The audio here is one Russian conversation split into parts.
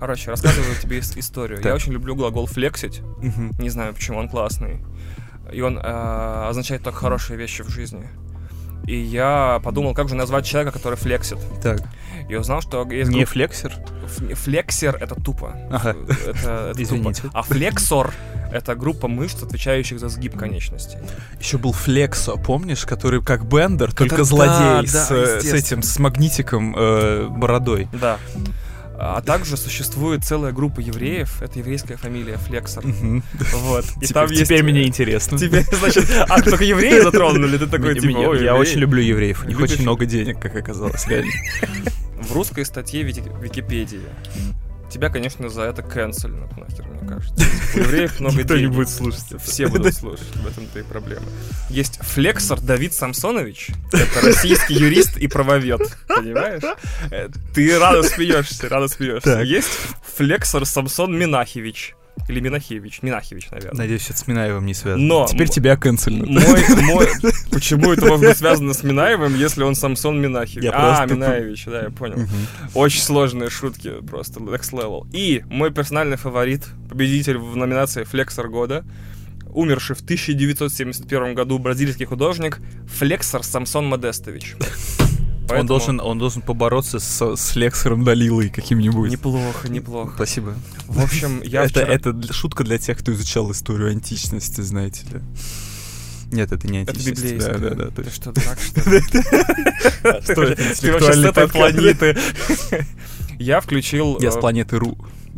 Короче, рассказываю тебе историю. Так. Я очень люблю глагол «флексить». Не знаю, почему, он классный. И он означает только хорошие вещи в жизни. И я подумал, как же назвать человека, который флексит. Так. И узнал, что есть Не флексер? Флексер — это тупо. Ага. Это Извините. тупо. А флексор — это группа мышц, отвечающих за сгиб конечностей. Еще был Флексо, помнишь, который как Бендер, только Да, злодей да, с этим, с магнитиком бородой. Да. А также существует целая группа евреев, это еврейская фамилия Флексор. Вот. И там есть... Теперь мне интересно. Тебе, значит, только евреи затронули? Ты такой, типа, ой, Я очень люблю евреев, у них Любишь? очень много денег, как оказалось, реально. В русской статье Википедии тебя, конечно, за это канцельнут, нахер, мне кажется. У евреев много Никто не денег. будет слушать это. Все будут слушать, в этом-то и проблема. Есть Флексор Давид Самсонович, это российский юрист и правовед, понимаешь? Ты рано смеешься. Так. Есть Флексор Самсон Минахевич. Или Минахевич, наверное. Надеюсь, это с Минаевым не связано. Но Теперь тебя канцельнут. Почему это может быть связано с Минаевым, если он Самсон Минахевич? Минаевич, да, я понял. Очень сложные шутки, просто next level. И мой персональный фаворит, победитель в номинации «Флексор года», умерший в 1971 году бразильский художник Флексор Самсон Модестович. Поэтому... Он должен побороться с Лексором Далилой каким-нибудь. Неплохо. Спасибо. В общем, я Это шутка для тех, кто изучал историю античности, знаете ли. Нет, это не античность. Это библейская. Да. Ты что, дурак, что ли? Что это, Ты вообще с этой подкаст? планеты. Я включил... Я с планеты Ру.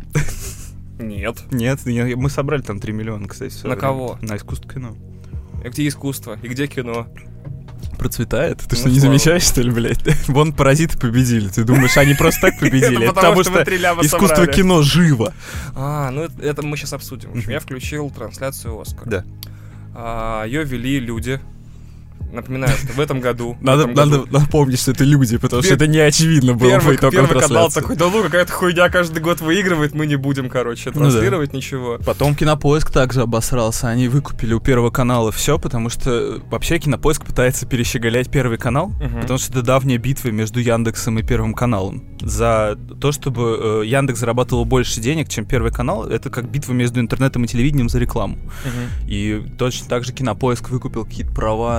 Нет. Нет, мы собрали там 3 миллиона, кстати. На кого? На искусство кино. И где искусство? И где кино? Процветает? Ты что, Ну, не слава. замечаешь, что ли, блядь? Вон «Паразиты» победили. Ты думаешь, они просто так победили? Это потому что мы 3 ляма искусство собрали. кино живо. Это мы сейчас обсудим. В общем, я включил трансляцию «Оскар». Да. Ее вели люди. Напоминаю, что в этом году... Надо напомнить, что это люди, потому что это не очевидно было по итогам Первый канал трансляции. такой, да ну, какая-то хуйня каждый год выигрывает, мы не будем, транслировать ничего. Потом Кинопоиск также обосрался. Они выкупили у Первого канала все, потому что вообще Кинопоиск пытается перещеголять Первый канал, потому что это давняя битва между Яндексом и Первым каналом. За то, чтобы Яндекс зарабатывал больше денег, чем Первый канал, это как битва между интернетом и телевидением за рекламу. И точно так же Кинопоиск выкупил какие-то права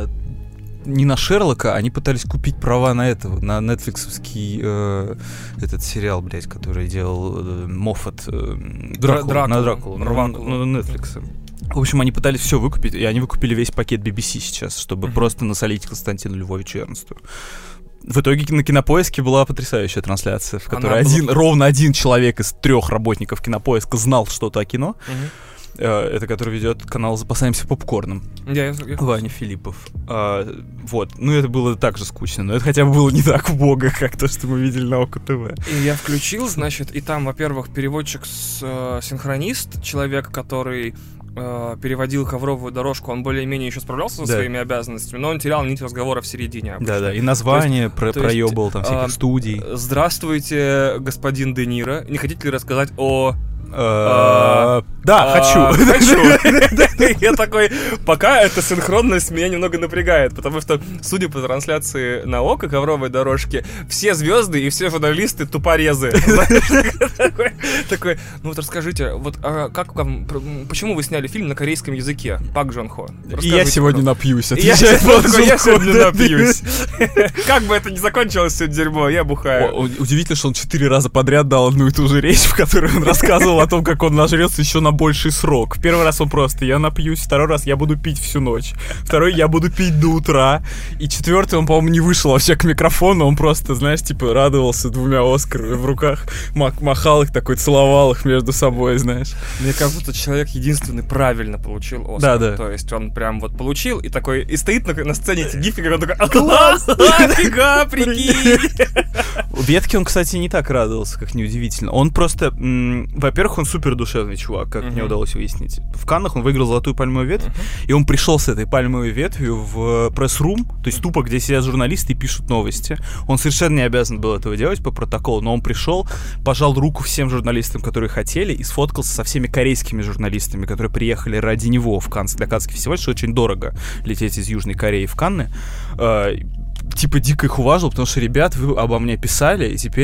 не на Шерлока, они пытались купить права на этого, на нетфликсовский этот сериал, блядь, который делал Моффат, Дракула, на Дракулу, на Netflix. В общем, они пытались все выкупить, и они выкупили весь пакет BBC сейчас, чтобы просто насолить Константину Львовичу Эрнсту. В итоге на Кинопоиске была потрясающая трансляция, в которой ровно один человек из 3 работников Кинопоиска знал что-то о кино. Это который ведет канал «Запасаемся попкорном». Ваня Филиппов. Вот. Ну, это было так же скучно, но это хотя бы было не так убого, как то, что мы видели на ОКО ТВ. И я включил, значит, и там, во-первых, переводчик синхронист, человек, который переводил «Ковровую дорожку», он более-менее еще справлялся со своими обязанностями, но он терял нить разговора в середине. Да, и название проебал там всяких студий. Здравствуйте, господин Де Ниро. Не хотите ли рассказать о... Да, хочу. Я такой, пока эта синхронность меня немного напрягает, потому что, судя по трансляции на ОКО «Ковровой дорожки», все звезды и все журналисты тупорезы. Такой, ну вот расскажите, вот почему вы сняли фильм на корейском языке? Пак Джон Хо. И я сегодня напьюсь. Я сегодня напьюсь. Как бы это ни закончилось все дерьмо, я бухаю. Удивительно, что он 4 раза подряд дал одну и ту же речь, в которой он рассказывал о том, как он нажрется еще на больший срок. В первый раз он просто «я напьюсь», второй раз «я буду пить всю ночь», второй «я буду пить до утра», и четвертый он, по-моему, не вышел вообще к микрофону, он просто, знаешь, типа радовался 2 Оскарами в руках, махал их такой, целовал их между собой, знаешь. Мне как будто человек единственный правильно получил Оскар. Да. То есть он прям вот получил и такой, и стоит на сцене эти гифки, как он такой: класс! Офига, прикинь! Ветке он, кстати, не так радовался, как неудивительно. Он просто, во-первых, он супер душевный чувак, как мне удалось выяснить. В Каннах он выиграл золотую пальмовую ветвь, и он пришел с этой пальмовой ветвью в пресс-рум, то есть тупо, где сидят журналисты и пишут новости. Он совершенно не обязан был этого делать по протоколу, но он пришел, пожал руку всем журналистам, которые хотели, и сфоткался со всеми корейскими журналистами, которые приехали ради него в Канн, для Каннский фестиваль, что очень дорого лететь из Южной Кореи в Канны. типа дико их уважил, потому что, ребят, вы обо мне писали, и теперь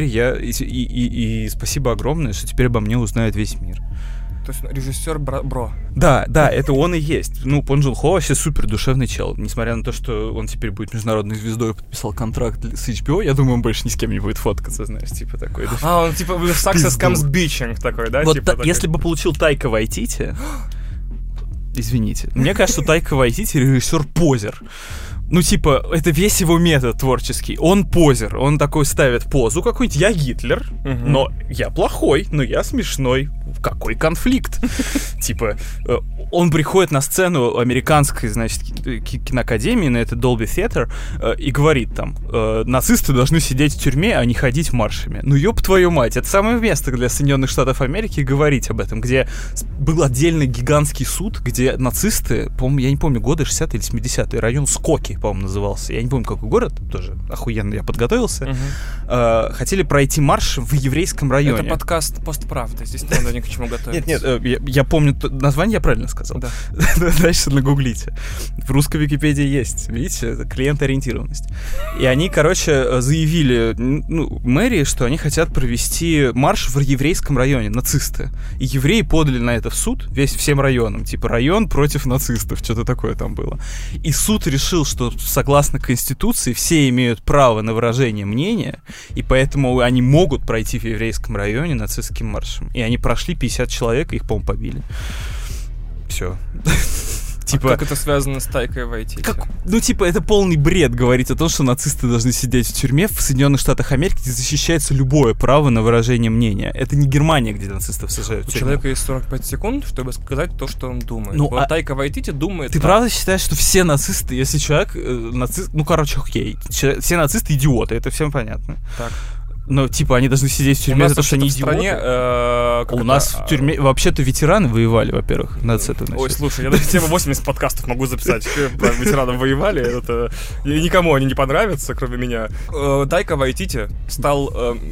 и спасибо огромное, что теперь обо мне узнает весь мир. То есть режиссер Бро. Да, это он и есть. Ну, Пон Джун Хо вообще супер душевный чел. Несмотря на то, что он теперь будет международной звездой, подписал контракт с HBO, я думаю, он больше ни с кем не будет фоткаться, знаешь, типа такой. Он типа success comes bitching такой, да? Вот типа такой. Если бы получил Тайка Вайтити... Извините. Мне кажется, что Тайка Вайтити режиссер-позер. Ну, типа, это весь его метод творческий. Он позер, он такой ставит позу какой-нибудь. Я Гитлер, но я плохой, но я смешной. Какой конфликт? Типа, он приходит на сцену американской, значит, киноакадемии, на это Dolby Theater, и говорит там, нацисты должны сидеть в тюрьме, а не ходить маршами. Ну, ёб твою мать, это самое место для Соединенных Штатов Америки говорить об этом, где был отдельный гигантский суд, где нацисты, по-моему, я не помню, годы 60-е или 70-е, район Скоки, по-моему, назывался. Я не помню, какой город, тоже охуенно я подготовился. Хотели пройти марш в еврейском районе. Это подкаст «Постправда», здесь не надо ни к чему готовиться. Нет, я помню, название я правильно сказал. Да. Дальше нагуглите. В русской Википедии есть, видите, это клиент-ориентированность. И они, короче, заявили, мэрии, что они хотят провести марш в еврейском районе, нацисты. И евреи подали на это в суд, всем районам, типа район против нацистов, что-то такое там было. И суд решил, что согласно Конституции все имеют право на выражение мнения, и поэтому они могут пройти в еврейском районе нацистским маршем. И они прошли 50 человек, их, по-моему, побили. Все. Типа, как это связано с Тайкой Вайтити? Это полный бред говорить о том, что нацисты должны сидеть в тюрьме в Соединенных Штатах Америки, где защищается любое право на выражение мнения. Это не Германия, где нацистов сажают в тюрьму. У человека есть 45 секунд, чтобы сказать то, что он думает. Тайка Вайтити думает... Ты правда считаешь, что все нацисты, если человек нацист... окей. Все нацисты идиоты, это всем понятно. Так. Но, типа, они должны сидеть в тюрьме за то, что они идиоты. У нас в тюрьме... Вообще-то ветераны воевали, во-первых. Надо с этого начать. Ой, слушай, я даже тему 80 подкастов могу записать. Про ветеранов воевали. Это... Никому они не понравятся, кроме меня. Тайка Вайтити стал...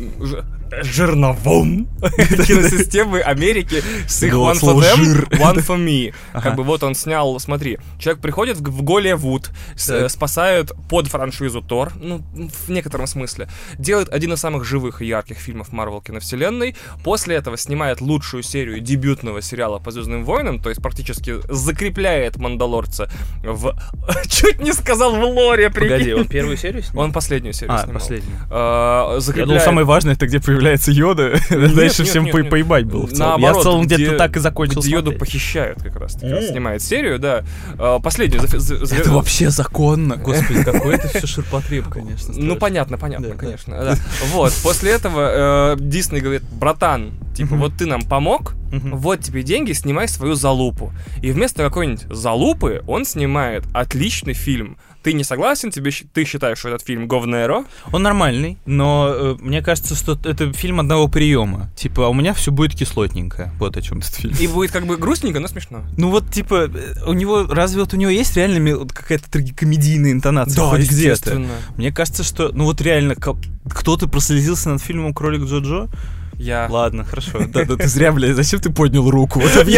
жерновом киносистемы Америки с их One for Them, One for Me. Как бы вот он снял, смотри, человек приходит в Голливуд, спасает под франшизу Тор, в некотором смысле, делает один из самых живых и ярких фильмов Marvel киновселенной, после этого снимает лучшую серию дебютного сериала по Звездным войнам, то есть практически закрепляет Мандалорца в... Чуть не сказал в лоре, прикинь. Погоди, он первую серию снимал? Он последнюю серию снимал. Последнюю. Я думал, самое важное, это где появляется Йода, дальше всем поебать было в целом. Я в целом где-то так и закончил где Йоду похищают как раз таки. Снимает серию, да. Последнюю. Это вообще законно. Господи, какой это все ширпотреб, конечно. Ну, понятно, конечно. Вот, после этого Дисней говорит: братан, типа, вот ты нам помог, вот тебе деньги, снимай свою залупу. И вместо какой-нибудь залупы он снимает отличный фильм. Ты не согласен? Ты считаешь, что этот фильм говнеро? Он нормальный, но мне кажется, что это фильм одного приема. Типа, у меня все будет кислотненько. Вот о чем этот фильм. И будет как бы грустненько, но смешно. Ну вот, типа, у него есть реально какая-то трагикомедийная интонация? Да, хоть естественно. Где-то. Мне кажется, что, вот реально, кто-то прослезился над фильмом «Кролик Джоджо». Я. Ладно, хорошо. Да, ты зря, блядь, зачем ты поднял руку? Вот я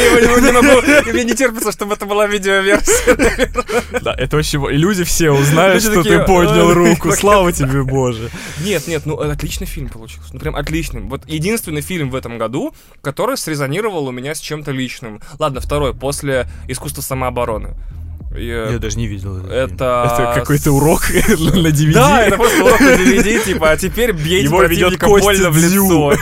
не могу, мне не терпится, чтобы это была видеоверсия. Да, это вообще... И люди все узнают, что ты поднял руку. Слава тебе, Боже. Нет, отличный фильм получился. Прям отличный. Вот единственный фильм в этом году, который срезонировал у меня с чем-то личным. Ладно, второй, после «Искусства самообороны». Я даже не видел это какой-то урок на DVD. Да, это просто урок на DVD, типа, а теперь бейте противника больно в лицо.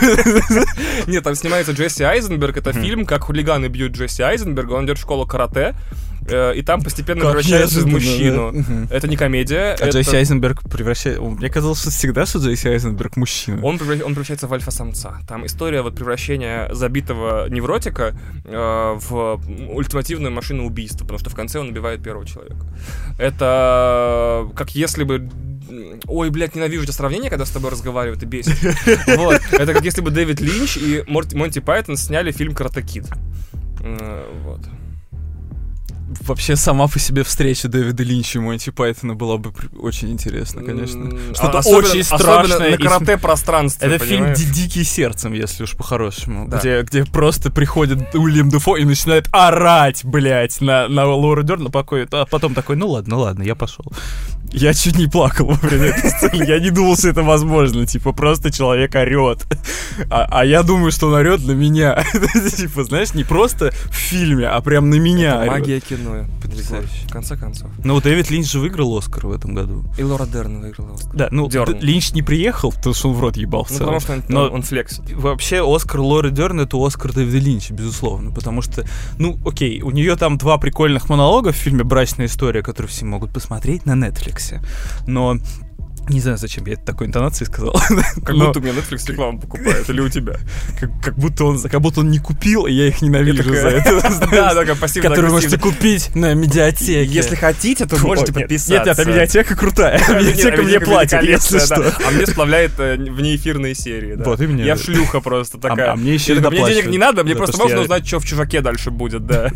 Нет, там снимается Джесси Айзенберг, это фильм, как хулиганы бьют Джесси Айзенберга, он идет в школу карате, и там постепенно превращается в мужчину. Да? Это не комедия. Джесси Айзенберг превращается... Мне казалось, что всегда, что Джесси Айзенберг мужчина. Он превращается в альфа-самца. Там история превращения забитого невротика в ультимативную машину убийства, потому что в конце он убивает первого человека. Это как если бы... Ой, блядь, ненавижу это сравнение, когда с тобой разговаривают и бесит. Вот. Это как если бы Дэвид Линч и Монти Пайтон сняли фильм «Карате Кид». Вот. вообще сама по себе встреча Дэвида Линча и Монти Пайтона была бы очень интересна, конечно. Что-то очень страшное. Особенно на карате-пространстве, это понимаешь? фильм «Дикий сердцем», если уж по-хорошему. Да. Где просто приходит Уильям Дефо и начинает орать, блядь, на Лору Дерн, а потом такой, ну ладно, я пошел. Я чуть не плакал во время этой сцены. Я не думал, что это возможно. Типа, просто человек орет. А я думаю, что он орет на меня. Типа, знаешь, не просто в фильме, а прям на меня. Это магия кино. Потрясающе. В конце концов. Ну, вот Дэвид Линч же выиграл Оскар в этом году. И Лора Дерн выиграла Оскар. Да, ну, Линч не приехал, потому что он в рот ебал в целом. Ну, потому что он флексит. Вообще, Оскар Лоры Дерн — это Оскар Дэвида Линча, безусловно. Потому что, ну, окей, у нее там 2 прикольных монолога в фильме «Брачная история», которые все могут посмотреть на Netflix. Но не знаю, зачем я это такой интонацией сказал. Как будто у меня Netflix рекламу покупает, или у тебя. Как будто он не купил, и я их ненавижу за это. Да, такая пассивно-агрессивная. Которую можете купить на медиатеке. Если хотите, то можете подписаться. Нет, эта медиатека крутая. Медиатека мне платит, если что. А мне сплавляет внеэфирные серии. Вот, и мне. Я шлюха просто такая. А мне еще и мне денег не надо, мне просто важно узнать, что в «Чужаке» дальше будет, да.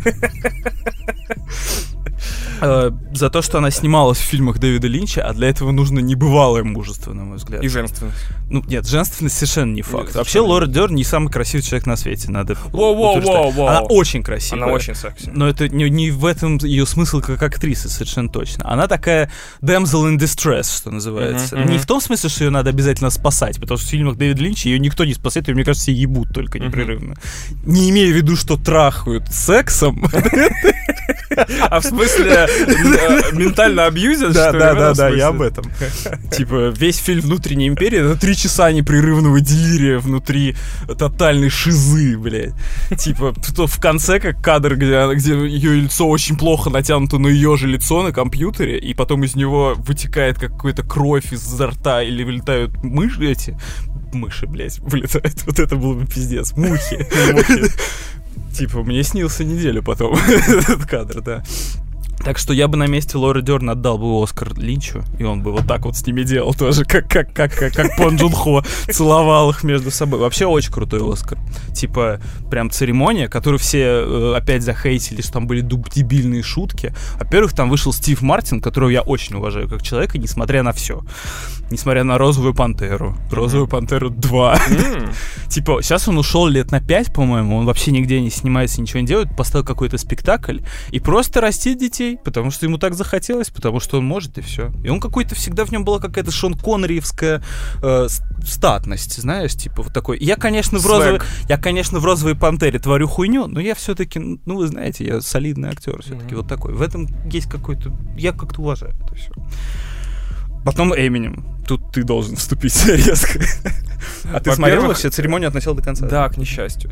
За то, что она снималась в фильмах Дэвида Линча, а для этого нужно небывалое мужество, на мой взгляд. И женственность. Ну, нет, женственность совершенно не факт. Вообще, Лора Дерн не самый красивый человек на свете, надо утверждать. Она очень красивая. Она очень секси. Но это не в этом ее смысл как актрисы, совершенно точно. Она такая damsel in distress, что называется. Не в том смысле, что ее надо обязательно спасать, потому что в фильмах Дэвида Линча ее никто не спасает, ее, мне кажется, все ебут только непрерывно. Не имея в виду, что трахают сексом. А в смысле ментально абьюзят, что ли? Да, я об этом. Типа, весь фильм «Внутренняя империя» — это 3 часа непрерывного делирия внутри тотальной шизы, блядь. Типа, в конце как кадр, где ее лицо очень плохо натянуто на ее же лицо на компьютере, и потом из него вытекает какая-то кровь изо рта или вылетают мыши, блядь, вылетают. Вот это было бы пиздец. Мухи. Типа, мне снился неделю потом этот кадр, да. Так что я бы на месте Лоры Дерн отдал бы Оскар Линчу, и он бы вот так вот с ними делал тоже, как Пон Джун Хо целовал их между собой. Вообще очень крутой Оскар. Типа, прям церемония, которую все опять захейтили, что там были дебильные шутки. Во-первых, там вышел Стив Мартин, которого я очень уважаю как человека, несмотря на все. Несмотря на «Розовую пантеру». «Розовую пантеру 2». Типа, сейчас он ушел лет на 5, по-моему, он вообще нигде не снимается, ничего не делает, поставил какой-то спектакль и просто растит детей, потому что ему так захотелось, потому что он может, и все. И он какой-то, всегда в нем была какая-то Шон Коннериевская статность, знаешь, типа вот такой. Я, конечно, в «Розовой пантере» творю хуйню, но я все-таки, ну, вы знаете, я солидный актер все-таки вот такой. В этом есть какой-то... Я как-то уважаю это все. Потом Эминем. Тут ты должен вступить резко. А ты смотрел вообще церемонию от начала до конца? Да, к несчастью.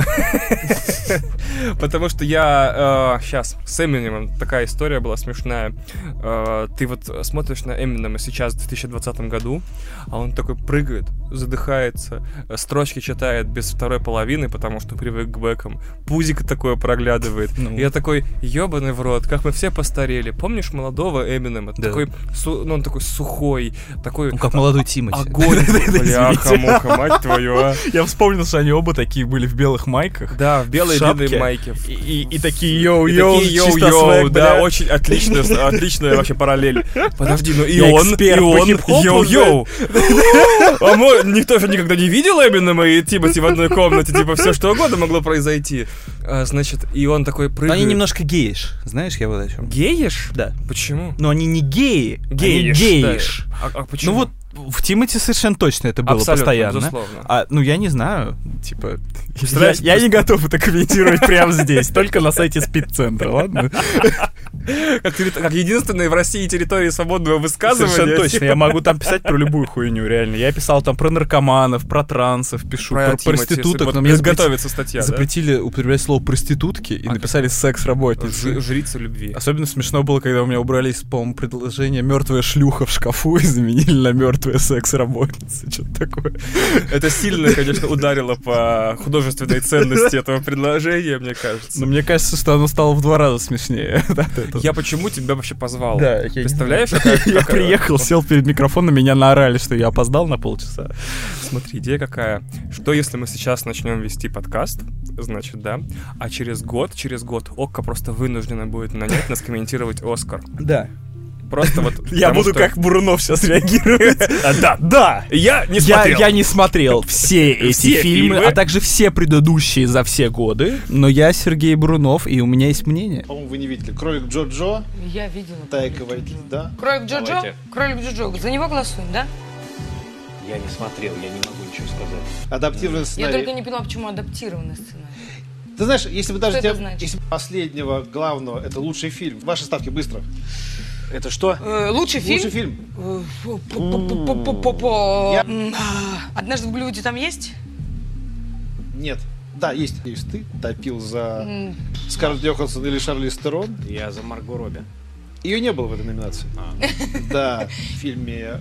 Потому что я... Сейчас, с Эминемом такая история была смешная. Ты вот смотришь на Эминема сейчас, в 2020 году, а он такой прыгает, задыхается, строчки читает без второй половины, потому что привык к бэкам. Пузико такое проглядывает. И я такой, ёбаный в рот, как мы все постарели. Помнишь молодого Эминема? Такой, ну, он такой сухой, такой... Ну, как молодой Тимати. Огонь. Бляха-муха, мать твою, а. Я вспомнил, что они оба такие были в белых майках. Да, в белой длинной майке. И такие йоу-йоу, да, очень отличная вообще параллель. Подожди, ну и он, йоу-йоу. А никто же никогда не видел Эминема и Тимати в одной комнате, типа все что угодно могло произойти. Значит, и он такой прыгает. Но они немножко геиш, знаешь, я вот о чем. Геиш? Да. Почему? Но они не геи, геиш. А почему? Ну вот в Тимати совершенно точно это было абсолютно, постоянно. Безусловно. Ну, я не знаю, типа... Я не готов это комментировать прямо здесь, только на сайте Спидцентра, ладно? Как единственная в России территория свободного высказывания. Совершенно точно, я могу там писать про любую хуйню, реально. Я писал там про наркоманов, про трансов, пишу про проституток. Но мне готовится статья, запретили употреблять слово проститутки и написали секс-работницы. Жрица любви. Особенно смешно было, когда у меня убрались, по-моему, предложение «мертвая шлюха» в шкафу и заменили на «мертвая секс-работница». Что-то такое. Это сильно, конечно, ударило по художественной ценности этого предложения, мне кажется. Но мне кажется, что оно стало в 2 раза смешнее. этого. Я почему тебя вообще позвал? Да, представляешь? Я приехал, сел перед микрофоном, меня наорали, что я опоздал на полчаса. Смотри, идея какая. Что если мы сейчас начнем вести подкаст, значит, да, а через год ОККО просто вынуждена будет нанять нас комментировать «Оскар». Да. Просто вот... Я буду как Бурунов сейчас реагировать. Да! Я не смотрел. Я не смотрел все эти фильмы, а также все предыдущие за все годы, но я Сергей Бурунов, и у меня есть мнение. По-моему, вы не видели. «Кролик Джо-Джо». Я видела. Тайка Вайтити, да? «Кролик Джо-Джо»? «Кролик Джо-Джо». За него голосуем, да? Я не смотрел, я не могу ничего сказать. Адаптированный сценарий. Я только не поняла, почему адаптированный сценарий. Ты знаешь, если бы даже если последнего главного, это лучший фильм. Ваши ставки быстро. Это что? Лучший фильм? Лучший фильм. «Однажды в Голливуде» там есть? Нет. Да, есть. Ты топил за Скарлетт Йоханссон или Шарлиз Терон. Я за Марго Робби. Ее не было в этой номинации. Да, в фильме...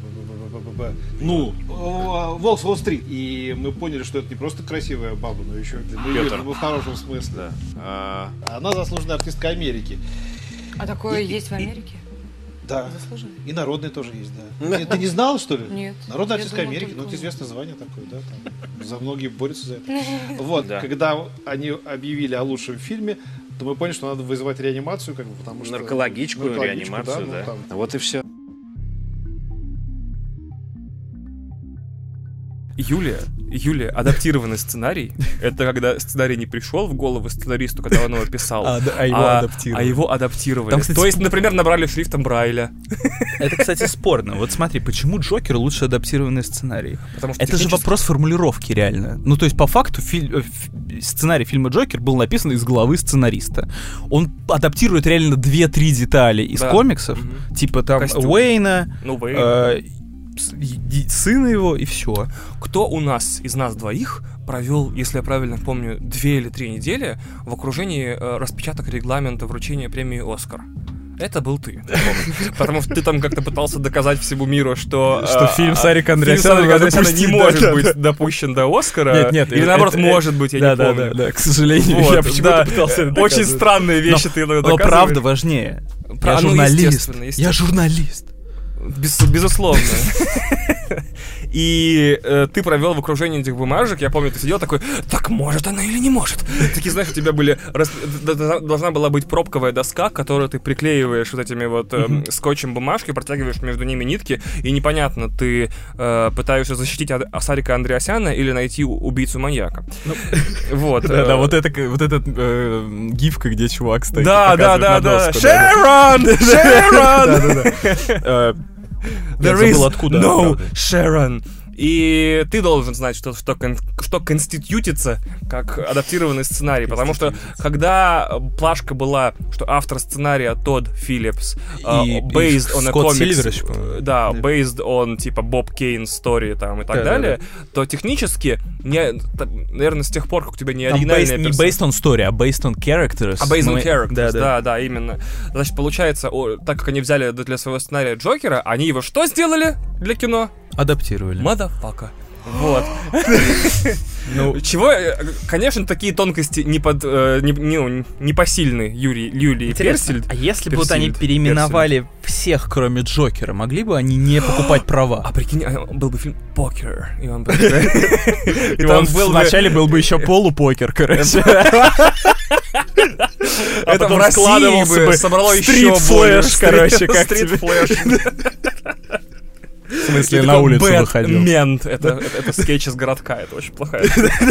«Волк с Уолл-стрит». И мы поняли, что это не просто красивая баба, но еще в хорошем смысле. Она заслуженная артистка Америки. А такое есть в Америке? Да. И народный тоже есть, да. Ты не знал, что ли? Нет. Народная артистка Америки, ну это известное звание такое, да. Там, за многие борются за это. Вот, когда они объявили о лучшем фильме, то мы поняли, что надо вызывать реанимацию, как бы, потому что... Наркологичку, реанимацию, да. Вот и все. Юлия, адаптированный сценарий — это когда сценарий не пришел в голову сценаристу, когда он его писал, а его адаптировали. Там, кстати, то есть, например, набрали шрифтом Брайля. Это, кстати, спорно. Вот смотри, почему «Джокер» лучше адаптированный сценарий? Потому что это же вопрос формулировки, реально. Ну, то есть, по факту, сценарий фильма «Джокер» был написан из головы сценариста. Он адаптирует реально 2-3 детали из комиксов, типа там Уэйна, сына его, и все. Кто из нас двоих провел, если я правильно помню, 2 или 3 недели в окружении распечаток регламента вручения премии «Оскар»? Это был ты. Потому что ты там как-то пытался доказать всему миру, что фильм Сарика Андреасяна не может быть допущен до «Оскара». Нет. Или наоборот, может быть, я не помню. Да, к сожалению, я почему-то пытался это доказывать. Очень странные вещи ты иногда доказываешь. Но правда важнее. Я журналист. Я журналист. Безусловно. И ты провел в окружении этих бумажек. Я помню, ты сидел такой: так может она или не может? Такие, знаешь, у тебя были... Должна была быть пробковая доска, которую ты приклеиваешь вот этими вот скотчем бумажки, протягиваешь между ними нитки, и непонятно, ты пытаешься защитить Сарика Андреасяна или найти убийцу-маньяка. Вот. Да, вот этот гифка, где чувак стоит. Да. Шерон! There is no Sharon. И ты должен знать, что конститутится как адаптированный сценарий. Потому что когда плашка была, что автор сценария Тодд Филлипс, based on a comics, based on типа Боб Кейн story там и так далее, то технически, наверное, с тех пор, как у тебя не оригинальная не based on story, а based on characters. Based on characters, да, именно. Значит, получается, так как они взяли для своего сценария Джокера, они его что сделали для кино? Адаптировали. Мадафака. Вот. Чего, конечно, такие тонкости непосильны Юлии Персельд. А если бы вот они переименовали всех, кроме Джокера, могли бы они не покупать права? А прикинь, был бы фильм «Покер». И он бы... Вначале был бы еще полупокер, короче. Это в России бы собрало еще больше. Короче, как тебе. В смысле, на улицу выходил. Мент. Это скетч из городка. Это очень плохая.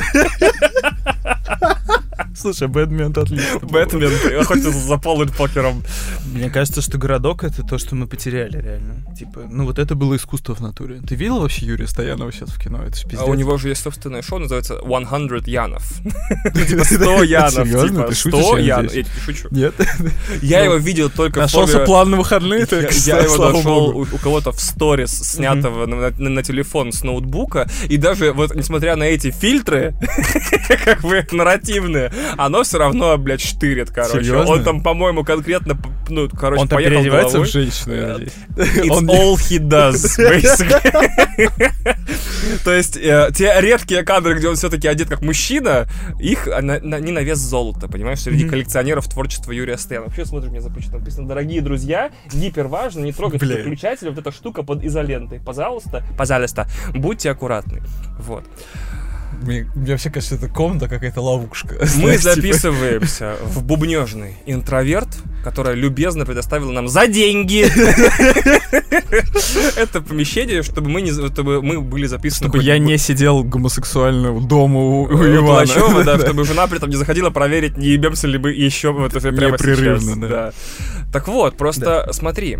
Слушай, Бэтмен отлично. Бэтмен охотится за Полом покером. Мне кажется, что городок — это то, что мы потеряли, реально. Типа, вот это было искусство в натуре. Ты видел вообще Юрия Стоянова сейчас в кино? Это ж пиздец. А у него же есть собственное шоу, называется 100 Янов. Типа 100 Янов. Серьезно? Ты шутишь? 100 Янов. Я шучу. Нет? Я его видел только в форме... Нашелся план на выходные? Я его нашел у кого-то в сторис, снятого на телефон с ноутбука. И даже вот, несмотря на эти фильтры, как бы нарративные, оно все равно, блядь, штырит, короче. Серьезно? Он там, по-моему, конкретно, ну, короче, он там поехал переодевается головой. в женщину, я надеюсь. It's all he does, basically. То есть, те редкие кадры, где он все-таки одет как мужчина, их не на вес золота, понимаешь, среди коллекционеров творчества Юрия Стена. Вообще, смотришь, мне написано: дорогие друзья, гипер важно, не трогать выключатель, вот эта штука под изолентой. Пожалуйста, будьте аккуратны. Вот. Мне вообще кажется, это комната какая-то ловушка. Мы записываемся в бубнежный интроверт, которая любезно предоставила нам за деньги это помещение, чтобы мы были записаны. Чтобы я не сидел гомосексуально дома у Ивана. Ивана. Да, чтобы жена при этом не заходила проверить, не ебемся ли мы еще вот это прямо сейчас. Да. Так вот, просто смотри,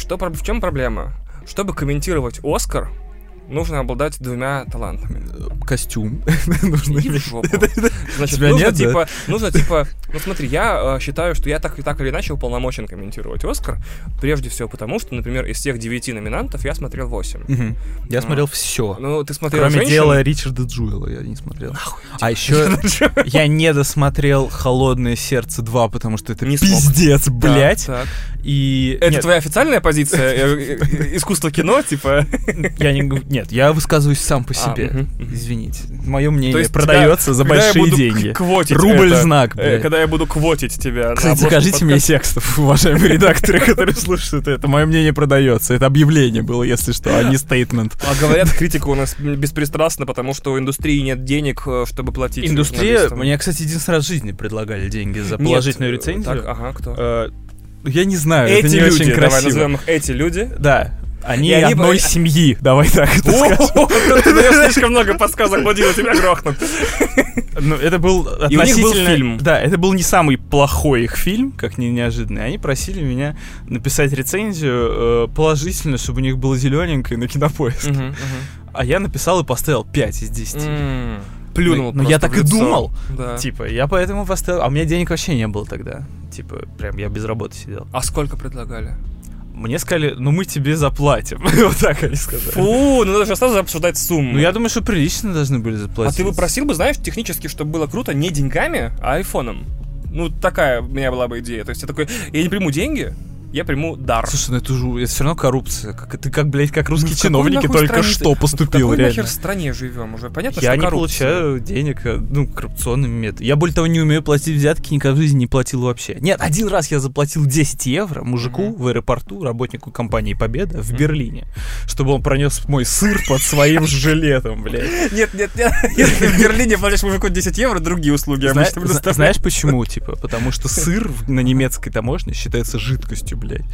в чем проблема? Чтобы комментировать «Оскар», нужно обладать двумя талантами. Костюм. Иди в жопу. Значит, нужно, ну смотри, я считаю, что я так или иначе уполномочен комментировать «Оскар», прежде всего потому, что, например, из тех 9 номинантов я смотрел 8. Я смотрел все. Ну, ты смотрел кроме «Женщин»? Дела Ричарда Джуэла я не смотрел. А еще я не досмотрел «Холодное сердце 2», потому что это пиздец, блядь. И... Это твоя официальная позиция? Искусство кино, типа? Нет, я высказываюсь сам по себе. Извините. Мое мнение продается за большие деньги. Рубль-знак, блядь. Когда я буду квотить тебя. Кстати, закажите мне текстов, уважаемые редакторы, которые слушают это. Мое мнение продается. Это объявление было, если что, а не стейтмент. А говорят, критика у нас беспристрастна, потому что у индустрии нет денег, чтобы платить. Индустрия, мне, кстати, единственный раз в жизни предлагали деньги за положительную рецензию. Ага, кто? Я не знаю, эти это не люди, очень красиво. давай назовем их эти люди. Да. Они одной семьи, давай так это скажем. Ты даешь слишком много подсказок, Владимир, тебя грохнут. Ну, это был относительно... И у них был фильм. Да, это был не самый плохой их фильм, как ни неожиданно. Они просили меня написать рецензию положительно, чтобы у них было зелененькое на Кинопоиске. А я написал и поставил 5 из 10. Плюнул. Но я так и думал. Да. Типа, я поэтому поставил... А у меня денег вообще не было тогда. Типа, прям я без работы сидел. А сколько предлагали? Мне сказали, ну мы тебе заплатим. Вот так они сказали. Фу, ну даже сразу обсуждать сумму. Ну я думаю, что прилично должны были заплатить. А ты бы просил бы, знаешь, технически, чтобы было круто, не деньгами, а айфоном. Ну такая у меня была бы идея. То есть я такой, я не приму деньги, я приму дар. Слушай, ну это все равно коррупция. Ты как русские чиновники только что поступил, в какой реально. нахер стране живем уже? Понятно, я что не получаю денег, коррупционными методами. Я, более того, не умею платить взятки, никогда в жизни не платил вообще. Нет, один раз я заплатил 10 евро мужику в аэропорту, работнику компании «Победа» в Берлине, чтобы он пронес мой сыр под своим жилетом, блядь. Нет. Если в Берлине платишь мужику 10 евро, другие услуги обычно предоставляют. Знаешь почему? Типа, потому что сыр на немецкой таможне считается жидкостью, блядь.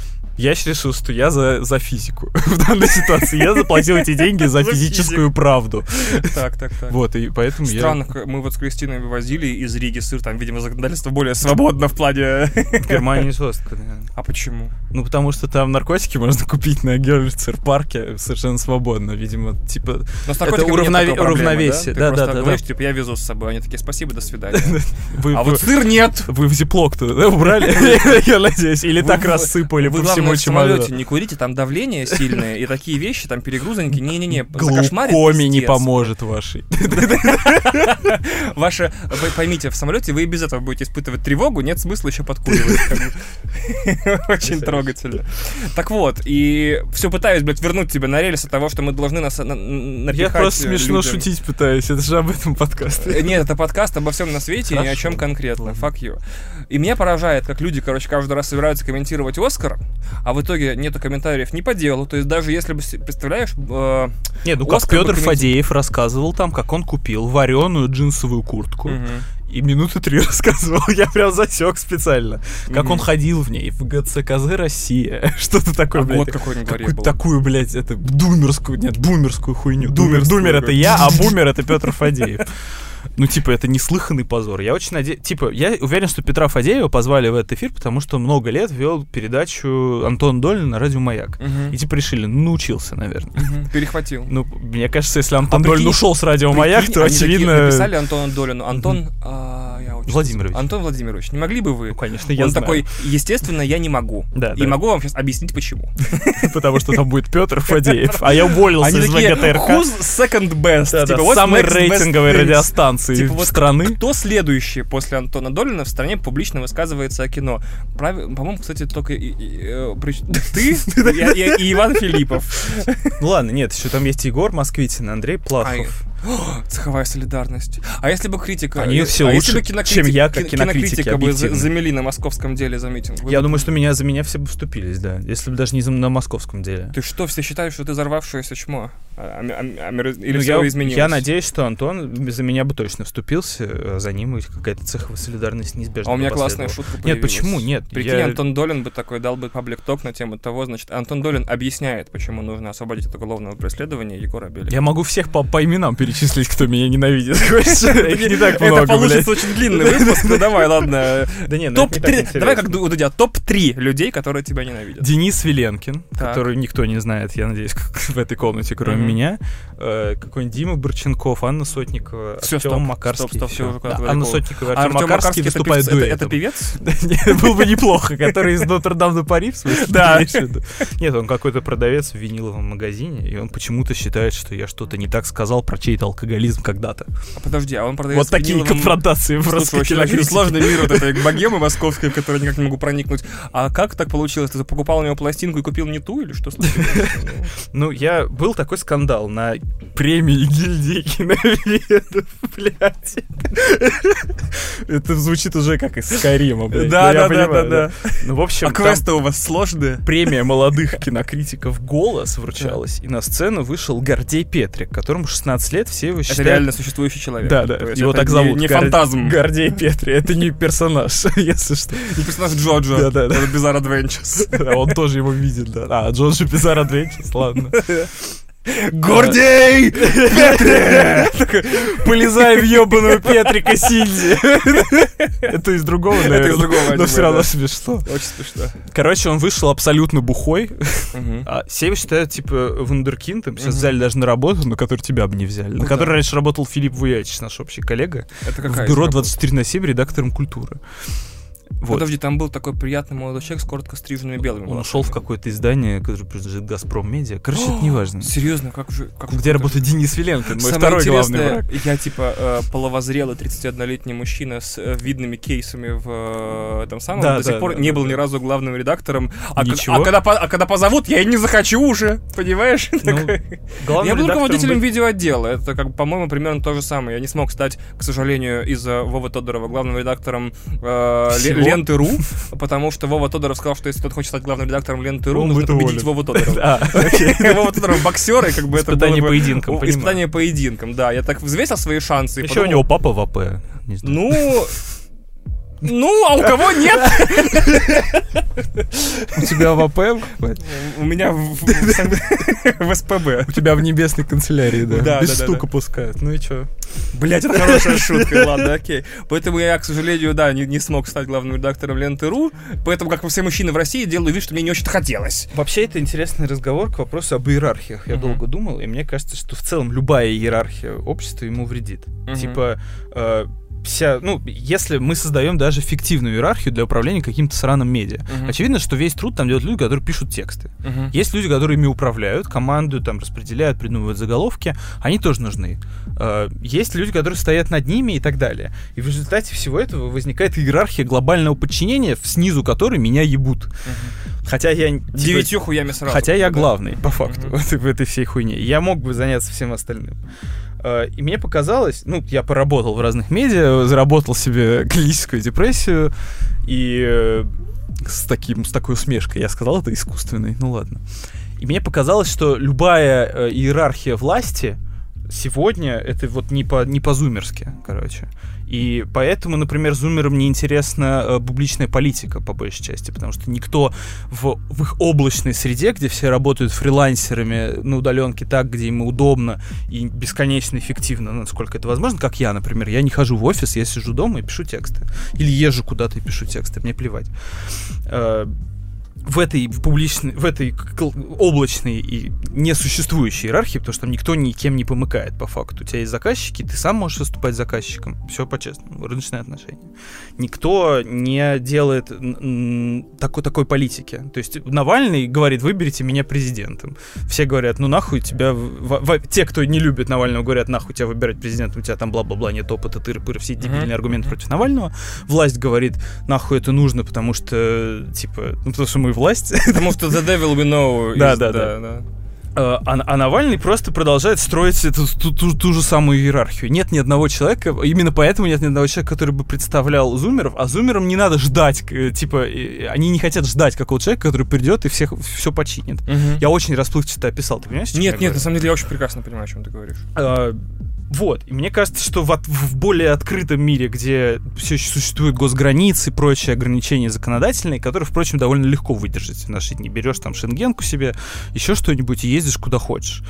Я решил, что я за физику в данной ситуации. Я заплатил эти деньги за физическую правду. Так. Вот, и поэтому странно, мы вот с Кристиной вывозили из Риги сыр, там, видимо, законодательство более свободно в плане... В Германии жестко, да. А почему? Ну, потому что там наркотики можно купить на Герлицер-парке совершенно свободно, видимо, типа... Это уравновесие. Да. Ты просто говоришь, типа, я везу с собой. Они такие, спасибо, до свидания. А вот сыр нет! Вы в зиплок-то убрали, я надеюсь, или так рассыпали по всему. В самолете не курите, там давление сильное, и такие вещи, там перегрузоньки, не-не-не, закошмарит. Глукоме не поможет вашей. Ваша, вы поймите, в самолете вы и без этого будете испытывать тревогу, нет смысла еще подкуривать. Очень трогательно. Так вот, и все пытаюсь, блядь, вернуть тебя на рельсы того, что мы должны напихать. Я просто смешно шутить пытаюсь, это же об этом подкаст. Нет, это подкаст обо всем на свете и ни о чем конкретно. Fuck you. И меня поражает, как люди, короче, каждый раз собираются комментировать «Оскар», а в итоге нету комментариев не по делу. То есть даже если бы, представляешь... Нет, ну как Петр Фадеев рассказывал там, как он купил вареную джинсовую куртку. И минуты 3 рассказывал, я прям засек специально. Как он ходил в ней в ГЦКЗ «Россия». Что-то такое, блядь. Вот какой-нибудь такую, блядь, это бумерскую хуйню. Думер это я, а бумер это Петр Фадеев. Ну, типа, это неслыханный позор. Я очень надеюсь... Типа, я уверен, что Петра Фадеева позвали в этот эфир, потому что он много лет вел передачу Антона Долина на радио «Маяк». И типа решили, научился, наверное. Перехватил. Ну, мне кажется, если Антон Долин ушел с радио «Маяк», то очевидно... Написали Антону Долину. Антон, я Владимирович. Антон Владимирович, не могли бы вы? Ну, конечно, я Он знаю. такой, естественно, я не могу. Да, и могу вам сейчас объяснить, почему. Потому что там будет Петр Фадеев, а я уволился из ВГТРК. Who's second best? Самой рейтинговой радиостанции страны. Кто следующий после Антона Долина в стране публично высказывается о кино? По-моему, кстати, только ты и Иван Филиппов. Ну ладно, нет, еще там есть Егор Москвитин, Андрей Плахов. Цеховая солидарность. А если бы критика... Они все лучше, чем я, как кинокритики, бы замели на московском деле за митинг. Я думаю, что за меня все бы вступились, да. Если бы даже не на московском деле. Ты что, все считают, что ты взорвавшееся чмо? Или все изменилось? Я надеюсь, что Антон за меня бы точно вступился, за ним какая-то цеховая солидарность неизбежна. А у меня классная шутка появилась. Нет, почему? Нет. Прикинь, Антон Долин бы такой дал бы паблик-ток на тему того, значит, Антон Долин объясняет, почему нужно освободить от уголовного преследования Егора Беликова. Я могу всех по именам перечислить, кто меня ненавидит. Их не так много, это получится очень длинный выпуск, ну давай, ладно. Да не, топ-3, давай как у Дудя, топ-3 людей, которые тебя ненавидят. Денис Виленкин, который никто не знает, я надеюсь, в этой комнате, кроме меня. Какой-нибудь Дима Борченков, Анна Сотникова, Артём Макарский. Анна Сотникова и Артём Макарский выступают дуэтом. Это певец? Был бы неплохо, который из Нотр-Дам-де-Пари, в смысле? Да. Нет, он какой-то продавец в виниловом магазине, и он почему-то считает, что я что-то не так сказал про чей-то алкоголизм когда-то. Подожди, а он продавец вот такие конфронтации просто. Очень сложный мир вот этой богемы московской, в которую никак не могу проникнуть. А как так получилось? Ты покупал у него пластинку и купил не ту, или что случилось? Ну, был такой скандал на премии гильдии киноведов, блядь. Это звучит уже как из Скайрима, блядь. Да. Ну, в общем, а квесты у вас сложные? Премия молодых кинокритиков «Голос» вручалась, и на сцену вышел Гордей Петрик, которому 16 лет, все его считают... Это реально существующий человек. Да, его так зовут. Не фантазм. Гордей Петрик, это не персонаж, если что. Не персонаж Джоджо. Да. Это Bizarre Adventures. Он тоже его видит, да. А, Джоджо Bizarre Adventures, ладно. Гордей Петрик! Полезай в ебаную Петрика Сильзи. Это из другого, наверное. Это из другого. Но все равно смешно. Очень смешно. Короче, он вышел абсолютно бухой. А все его считают, типа, вундеркиндом. Сейчас взяли даже на работу, на которую тебя бы не взяли. На которой раньше работал Филипп Вуячич, наш общий коллега. Это какая? В бюро 24/7 редактором культуры. Вот. Подожди, там был такой приятный молодой человек с коротко стриженными белыми волосами. Он ушел в какое-то издание, которое принадлежит «Газпром Медиа». Короче, это неважно. Серьезно? Где работает Денис Виленкин, мой второй главный враг. Я, половозрелый 31-летний мужчина с видными кейсами в этом самом. До сих пор не был ни разу главным редактором. Ничего. А когда позовут, я и не захочу уже. Понимаешь? Я был руководителем видеоотдела. Это, по-моему, примерно то же самое. Я не смог стать, к сожалению, из-за Вовы Тодорова главным редактором Ленты.ру, потому что Вова Тодоров сказал, что если кто-то хочет стать главным редактором Ленты.ру, нужно победить Вову Тодорова. Вова Тодоров боксер, и как бы это было бы... Испытание поединком, да. Я так взвесил свои шансы. Еще у него папа в АП. Ну, а у кого нет? У тебя в АП? У меня в СПБ. У тебя в небесной канцелярии, да? Без стука пускают. Ну и чё? Блять, это хорошая шутка. Ладно, окей. Поэтому я, к сожалению, да, не смог стать главным редактором Ленты.ру. Поэтому, как все мужчины в России, делаю вид, что мне не очень хотелось. Вообще, это интересный разговор к вопросу об иерархиях. Я долго думал, и мне кажется, что в целом любая иерархия общества ему вредит. Типа... если мы создаем даже фиктивную иерархию для управления каким-то сраным медиа, очевидно, что весь труд там делают люди, которые пишут тексты. Есть люди, которые ими управляют, командуют, там, распределяют, придумывают заголовки, они тоже нужны. Есть люди, которые стоят над ними и так далее. И в результате всего этого возникает иерархия глобального подчинения, снизу которой меня ебут. Хотя я... 9 хуями сразу. Хотя я главный, по факту, в этой всей хуйне. Я мог бы заняться всем остальным. И мне показалось, я поработал в разных медиа, заработал себе клиническую депрессию, и с такой усмешкой я сказал, это искусственный, ну ладно. И мне показалось, что любая иерархия власти сегодня это вот не по-зумерски, короче. И поэтому, например, зумерам не интересна публичная политика, по большей части, потому что никто в их облачной среде, где все работают фрилансерами на удаленке так, где им удобно и бесконечно эффективно, насколько это возможно, как я, например. Я не хожу в офис, я сижу дома и пишу тексты. Или езжу куда-то и пишу тексты, мне плевать. в этой публичной, в этой облачной и несуществующей иерархии, потому что там никто никем не помыкает по факту. У тебя есть заказчики, ты сам можешь выступать заказчиком. Все по-честному, рыночные отношения. Никто не делает такой политики. То есть Навальный говорит: выберите меня президентом. Все говорят: ну нахуй тебя... Те, кто не любит Навального, говорят: нахуй тебя выбирать президентом, у тебя там бла-бла-бла, нет опыта, тыры-пыры, все дебильные аргументы против Навального. Власть говорит: нахуй это нужно, потому что, типа, потому что мы власть. Потому что the devil we know. Да. А Навальный просто продолжает строить ту же самую иерархию. Нет ни одного человека, именно поэтому нет ни одного человека, который бы представлял зумеров, а зумерам не надо ждать, типа, они не хотят ждать какого-то человека, который придет и все починит. Я очень расплывчато описал, ты понимаешь? Нет, на самом деле я очень прекрасно понимаю, о чем ты говоришь. Вот, и мне кажется, что в более открытом мире, где все еще существуют госграницы и прочие ограничения законодательные, которые, впрочем, довольно легко выдержать в наши дни. Берешь там шенгенку себе, еще что-нибудь и ездишь куда хочешь.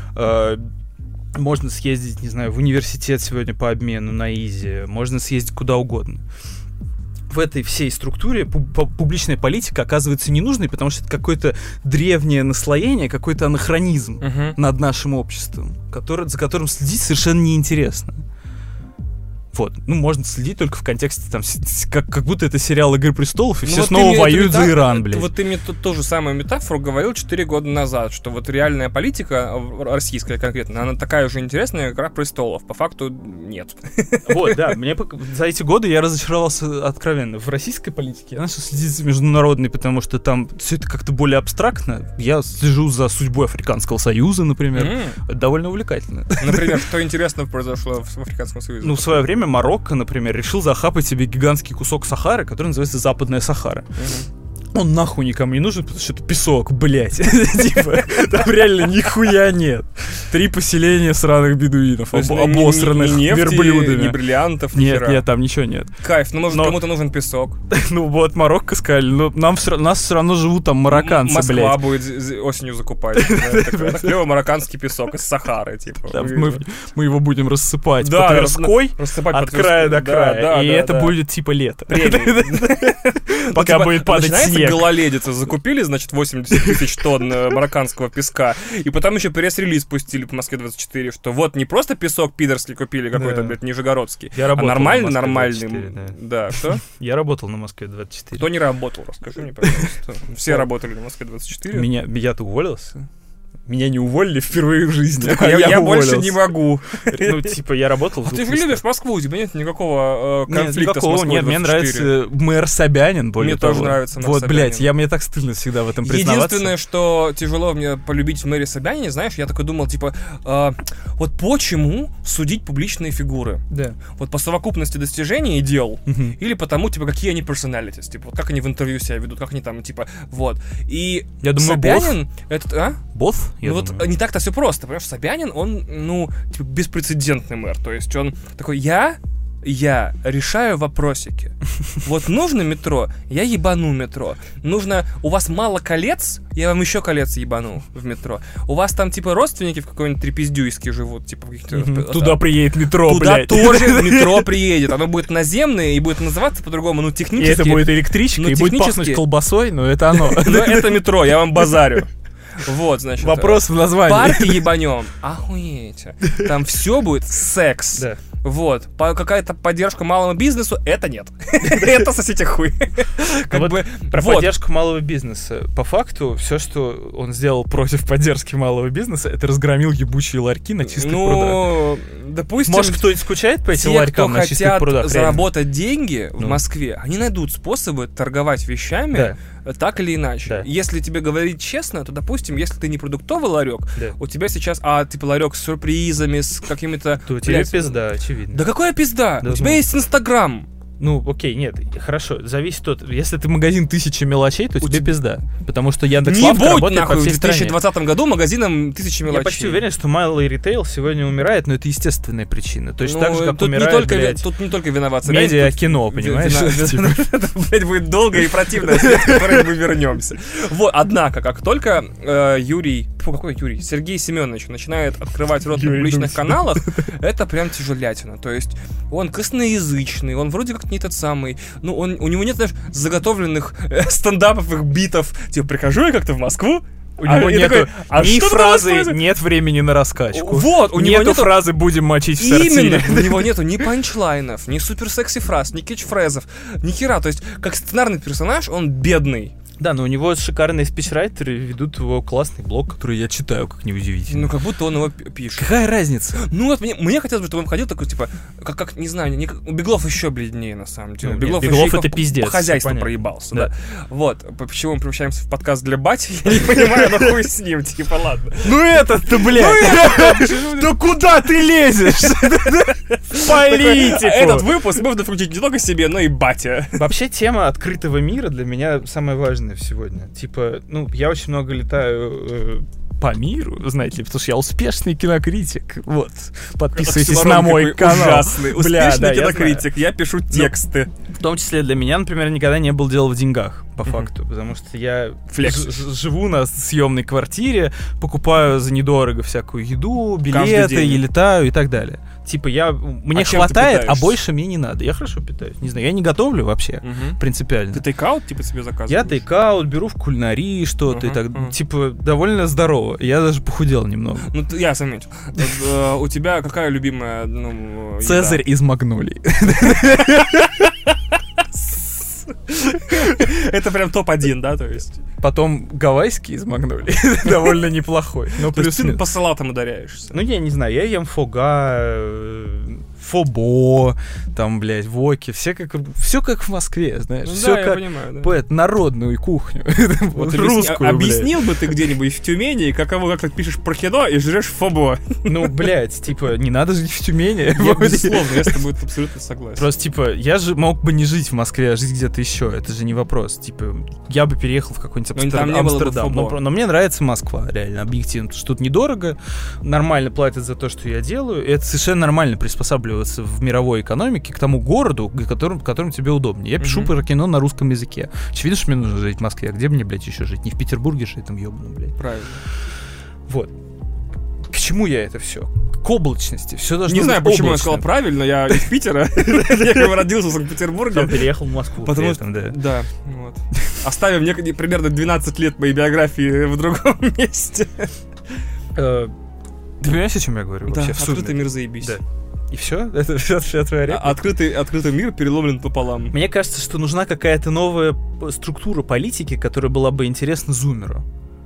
Можно съездить, не знаю, в университет сегодня по обмену на изи, можно съездить куда угодно. В этой всей структуре публичная политика оказывается ненужной, потому что это какое-то древнее наслоение, какой-то анахронизм над нашим обществом, за которым следить совершенно неинтересно. Вот. Ну, можно следить только в контексте, там, как будто это сериал «Игры престолов», и все вот снова воюют за Иран, блядь. Вот ты мне ту же самую метафору говорил 4 года назад, что вот реальная политика, российская конкретно, она такая же интересная, как «Игра престолов». По факту нет. Вот, да. За эти годы я разочаровался откровенно. В российской политике я начал следить за международной, потому что там все это как-то более абстрактно. Я слежу за судьбой Африканского Союза, например. Это довольно увлекательно. Например, что интересного произошло в Африканском Союзе? Ну, в свое время Марокко, например, решил захапать себе гигантский кусок Сахары, который называется Западная Сахара. Он нахуй никому не нужен, потому что это песок, блять. Типа, там реально нихуя нет. 3 поселения сраных бедуинов, обосранных верблюдами. Ни бриллиантов, ни хера. Нет, там ничего нет. Кайф, ну может кому-то нужен песок. Ну вот, Марокко сказали, ну нас все равно живут там марокканцы, блядь. Москва будет осенью закупать. Клевый марокканский песок из Сахары, типа. Мы его будем рассыпать по Тверской, от края до края. И это будет типа лето. Пока будет падать снег. Гололедица закупили, значит, 80 тысяч тонн марокканского песка, и потом еще пресс-релиз пустили по Москве-24, что вот не просто песок пидорский купили какой-то, блядь, нижегородский, а нормальный. Да, что? Я работал на Москве-24. Кто не работал, расскажи мне, пожалуйста. Все работали на Москве-24. Я-то уволился. Меня не уволили впервые в жизни. Я больше не могу. Ну, типа, я работал в... Ты же любишь Москву, у тебя нет никакого конфликта с Москвой. Нет, мне нравится мэр Собянин, более того. Мне тоже нравится мэр Собянин. Вот, блядь, мне так стыдно всегда в этом признаваться. Единственное, что тяжело мне полюбить в мэре Собянине, знаешь, я такой думал, типа, вот почему судить публичные фигуры? Да. Вот по совокупности достижений и дел, или потому, типа, какие они personalities, типа, вот как они в интервью себя ведут, как они там, типа, вот. И я думаю, Собянин, этот, Both? Ну вот не так-то все просто, понимаешь, Собянин, он, ну, типа, беспрецедентный мэр, то есть он такой, я решаю вопросики. Вот нужно метро, я ебану метро. Нужно, у вас мало колец, я вам еще колец ебану в метро. У вас там, типа, родственники в какой-нибудь Трепездюйске живут, типа, каких-то... Туда приедет метро, туда блядь. Туда тоже метро приедет. Оно будет наземное и будет называться по-другому, ну, технически... И это будет электричка, и будет пахнуть колбасой, но это оно. Но это метро, я вам базарю. Вот, значит. Вопрос в названии. Парки ебанем. Охуеть. Там все будет секс. Да. Вот. Какая-то поддержка малому бизнесу, это нет. Это сосите хуй. Про поддержку малого бизнеса. По факту, все, что он сделал против поддержки малого бизнеса, это разгромил ебучие ларьки на чистых прудах. Ну, допустим... Может, кто-нибудь скучает по этим ларькам на чистых прудах? Те, кто хотят заработать деньги в Москве, они найдут способы торговать вещами так или иначе. Да. Если тебе говорить честно, то, допустим, если ты не продуктовый ларек, у тебя сейчас, типа, ларек с сюрпризами, с какими-то... То тебе пизда, очевидно. Да какая пизда? У тебя есть Инстаграм. Ну, окей, нет, хорошо, зависит от... Если ты магазин 1000 мелочей, то тебе пизда. Потому что Яндекс.Лавка работает по всей стране. В 2020 году магазином 1000 мелочей. Я почти уверен, что малый ритейл сегодня умирает, но это естественная причина. Точно так же, как умирает, блядь... Тут не только виноват медиа-кино, понимаешь? Это, блядь, будет долго и противно, к которой мы вернемся. Вот, однако, как только Юрий... какой Юрий? Сергей Семенович начинает открывать рот на публичных каналах, это прям тяжелятина. То есть он косноязычный, он вроде как не тот самый, ну, у него нет даже заготовленных стендаповых битов. Типа, прихожу я как-то в Москву, у него нету ни фразы «нет времени на раскачку». Вот, у него нету фразы «будем мочить в сортире». Именно, у него нету ни панчлайнов, ни суперсекси фраз, ни кетчфрезов, ни хера. То есть, как сценарный персонаж, он бедный. Да, но у него шикарные спичрайтеры ведут его классный блог, который я читаю, как неудивительно. Ну, как будто он его пишет. Какая разница? Ну, вот мне хотелось бы, чтобы он ходил такой, типа, как не знаю, у Беглов еще бледнее, на самом деле. Ну, Беглов это пиздец. По хозяйству понятно. Проебался, да. Вот, почему мы превращаемся в подкаст для бати, я не понимаю, но хуй с ним, типа, ладно. Ну этот-то, блядь, ну куда ты лезешь? В политику! Этот выпуск можно включить не только себе, но и бате. Вообще, тема открытого мира для меня самая важная сегодня. Типа, ну, я очень много летаю по миру, знаете ли, потому что я успешный кинокритик. Вот. Подписывайтесь на мой канал. Ужасный. Успешный кинокритик. Я пишу тексты. В том числе для меня, например, никогда не было дела в деньгах, по факту. Потому что я живу на съемной квартире, покупаю за недорого всякую еду, билеты, и летаю и так далее. Типа, мне хватает, а больше мне не надо. Я хорошо питаюсь. Не знаю, я не готовлю вообще, принципиально. Ты тейкаут, типа, себе заказываешь? Я тейкаут, беру в кулинарии что-то и так. Типа, довольно здорово. Я даже похудел немного. Ну, я заметил. У тебя какая любимая, ну, Цезарь из магнолий. Это прям топ-1, да, то есть? Потом гавайский из магнолий. Довольно неплохой. Но плюс ты по салатам ударяешься. Ну, я не знаю, я ем фога, фобо, там, блядь, воки, все как в Москве, знаешь. Ну, все да, как, я понимаю, да. Народную кухню. Вот русскую, объяснил бы ты где-нибудь в Тюмени, как ты пишешь про кино и жрешь фобо? Ну, блядь, типа, не надо жить в Тюмени. Безусловно, я с тобой абсолютно согласен. Просто, типа, я же мог бы не жить в Москве, а жить где-то еще. Это же не вопрос. Типа, я бы переехал в какой-нибудь Амстердам. Но мне нравится Москва, реально, объективно. Потому что тут недорого, нормально платят за то, что я делаю. И это совершенно нормально приспосабливаться в мировой экономике к тому городу, которым тебе удобнее. Я пишу про кино на русском языке. Очевидно, что мне нужно жить в Москве. А где мне, блядь, еще жить? Не в Петербурге же, там ёбаном, блядь. Правильно. Вот. К чему я это все? К облачности. Все должно не быть знаю, почему облачным. я сказал правильно. Я из Питера. Я родился в Санкт-Петербурге. Потом переехал в Москву. Потому что, да. Оставим мне примерно 12 лет моей биографии в другом месте. Ты понимаешь, о чем я говорю? Да, открытый мир заебись. Да. И все? Это вся твоя реплика? Открытый мир переломлен пополам. Мне кажется, что нужна какая-то новая структура политики, которая была бы интересна зумеру.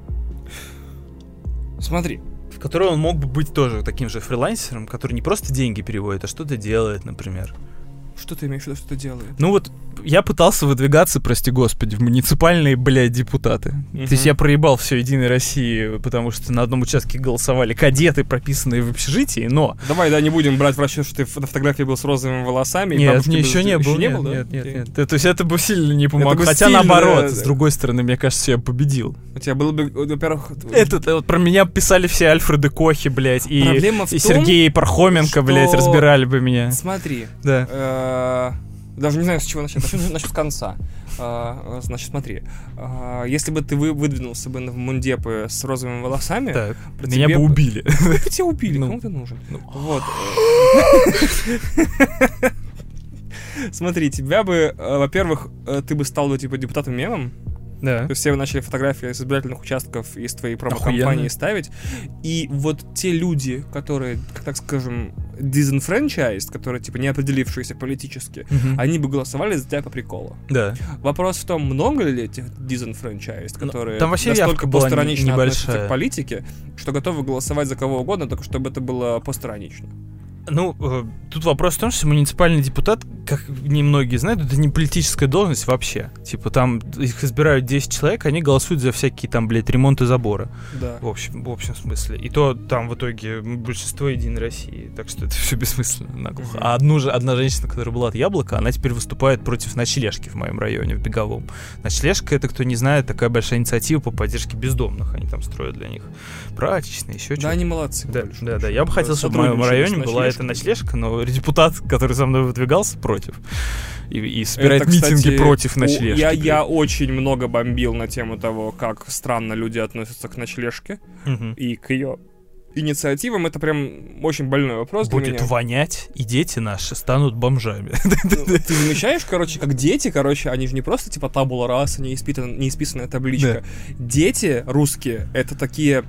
Смотри. В которой он мог бы быть тоже таким же фрилансером, который не просто деньги переводит, а что-то делает, например. Что ты имеешь в виду, что делает? Ну вот, я пытался выдвигаться, прости господи, в муниципальные, блядь, депутаты. То есть я проебал все Единой России, потому что на одном участке голосовали кадеты, прописанные в общежитии, но... Давай, да, не будем брать в расчет, что ты на фотографии был с розовыми волосами. Нет, мне еще не был. Нет. То есть это бы сильно не помогло. Хотя наоборот, с другой стороны, мне кажется, я победил. У тебя было бы, во-первых... Это про меня писали все Альфреды Кохи, блядь, и Сергей Пархоменко, блядь, разбирали бы меня. Смотри. Да. Даже не знаю, с чего начать. Начну с конца. Значит, смотри. Если бы ты выдвинулся бы в мундепы с розовыми волосами... Так, меня бы убили. Тебя убили, кому ты нужен? Вот. Смотри, тебя бы... Во-первых, ты бы стал бы, типа, депутатом-мемом. Да. То есть все начали фотографии с избирательных участков из твоей промо-компании ставить. И вот те люди, которые, так скажем, disenfranchised, которые, типа, не определившиеся политически, они бы голосовали за тебя по приколу. Да. Вопрос в том, много ли этих disenfranchised, которые там вообще настолько постиронично относятся к политике, что готовы голосовать за кого угодно, только чтобы это было постиронично. Ну, тут вопрос в том, что муниципальный депутат, как немногие знают, это не политическая должность вообще. Типа там их избирают 10 человек, они голосуют за всякие там, блядь, ремонты забора. Да. В общем смысле. И то там в итоге большинство Единой России. Так что это все бессмысленно наглухо. А одна женщина, которая была от Яблока, она теперь выступает против ночлежки в моем районе, в Беговом. Ночлежка, это, кто не знает, такая большая инициатива по поддержке бездомных. Они там строят для них прачечные, еще что-то. Да, они молодцы. Да. Я бы хотел, чтобы в моем районе была эта ночлежка, но депутат, который за мной выдвигался, против. и собирает это, кстати, митинги против ночлежки. Я очень много бомбил на тему того, как странно люди относятся к ночлежке и к ее инициативам. Это прям очень больной вопрос для меня. Будет вонять, и дети наши станут бомжами. Ты замечаешь, как дети, они же не просто типа табула раса, неисписанная табличка. Да. Дети русские — это такие...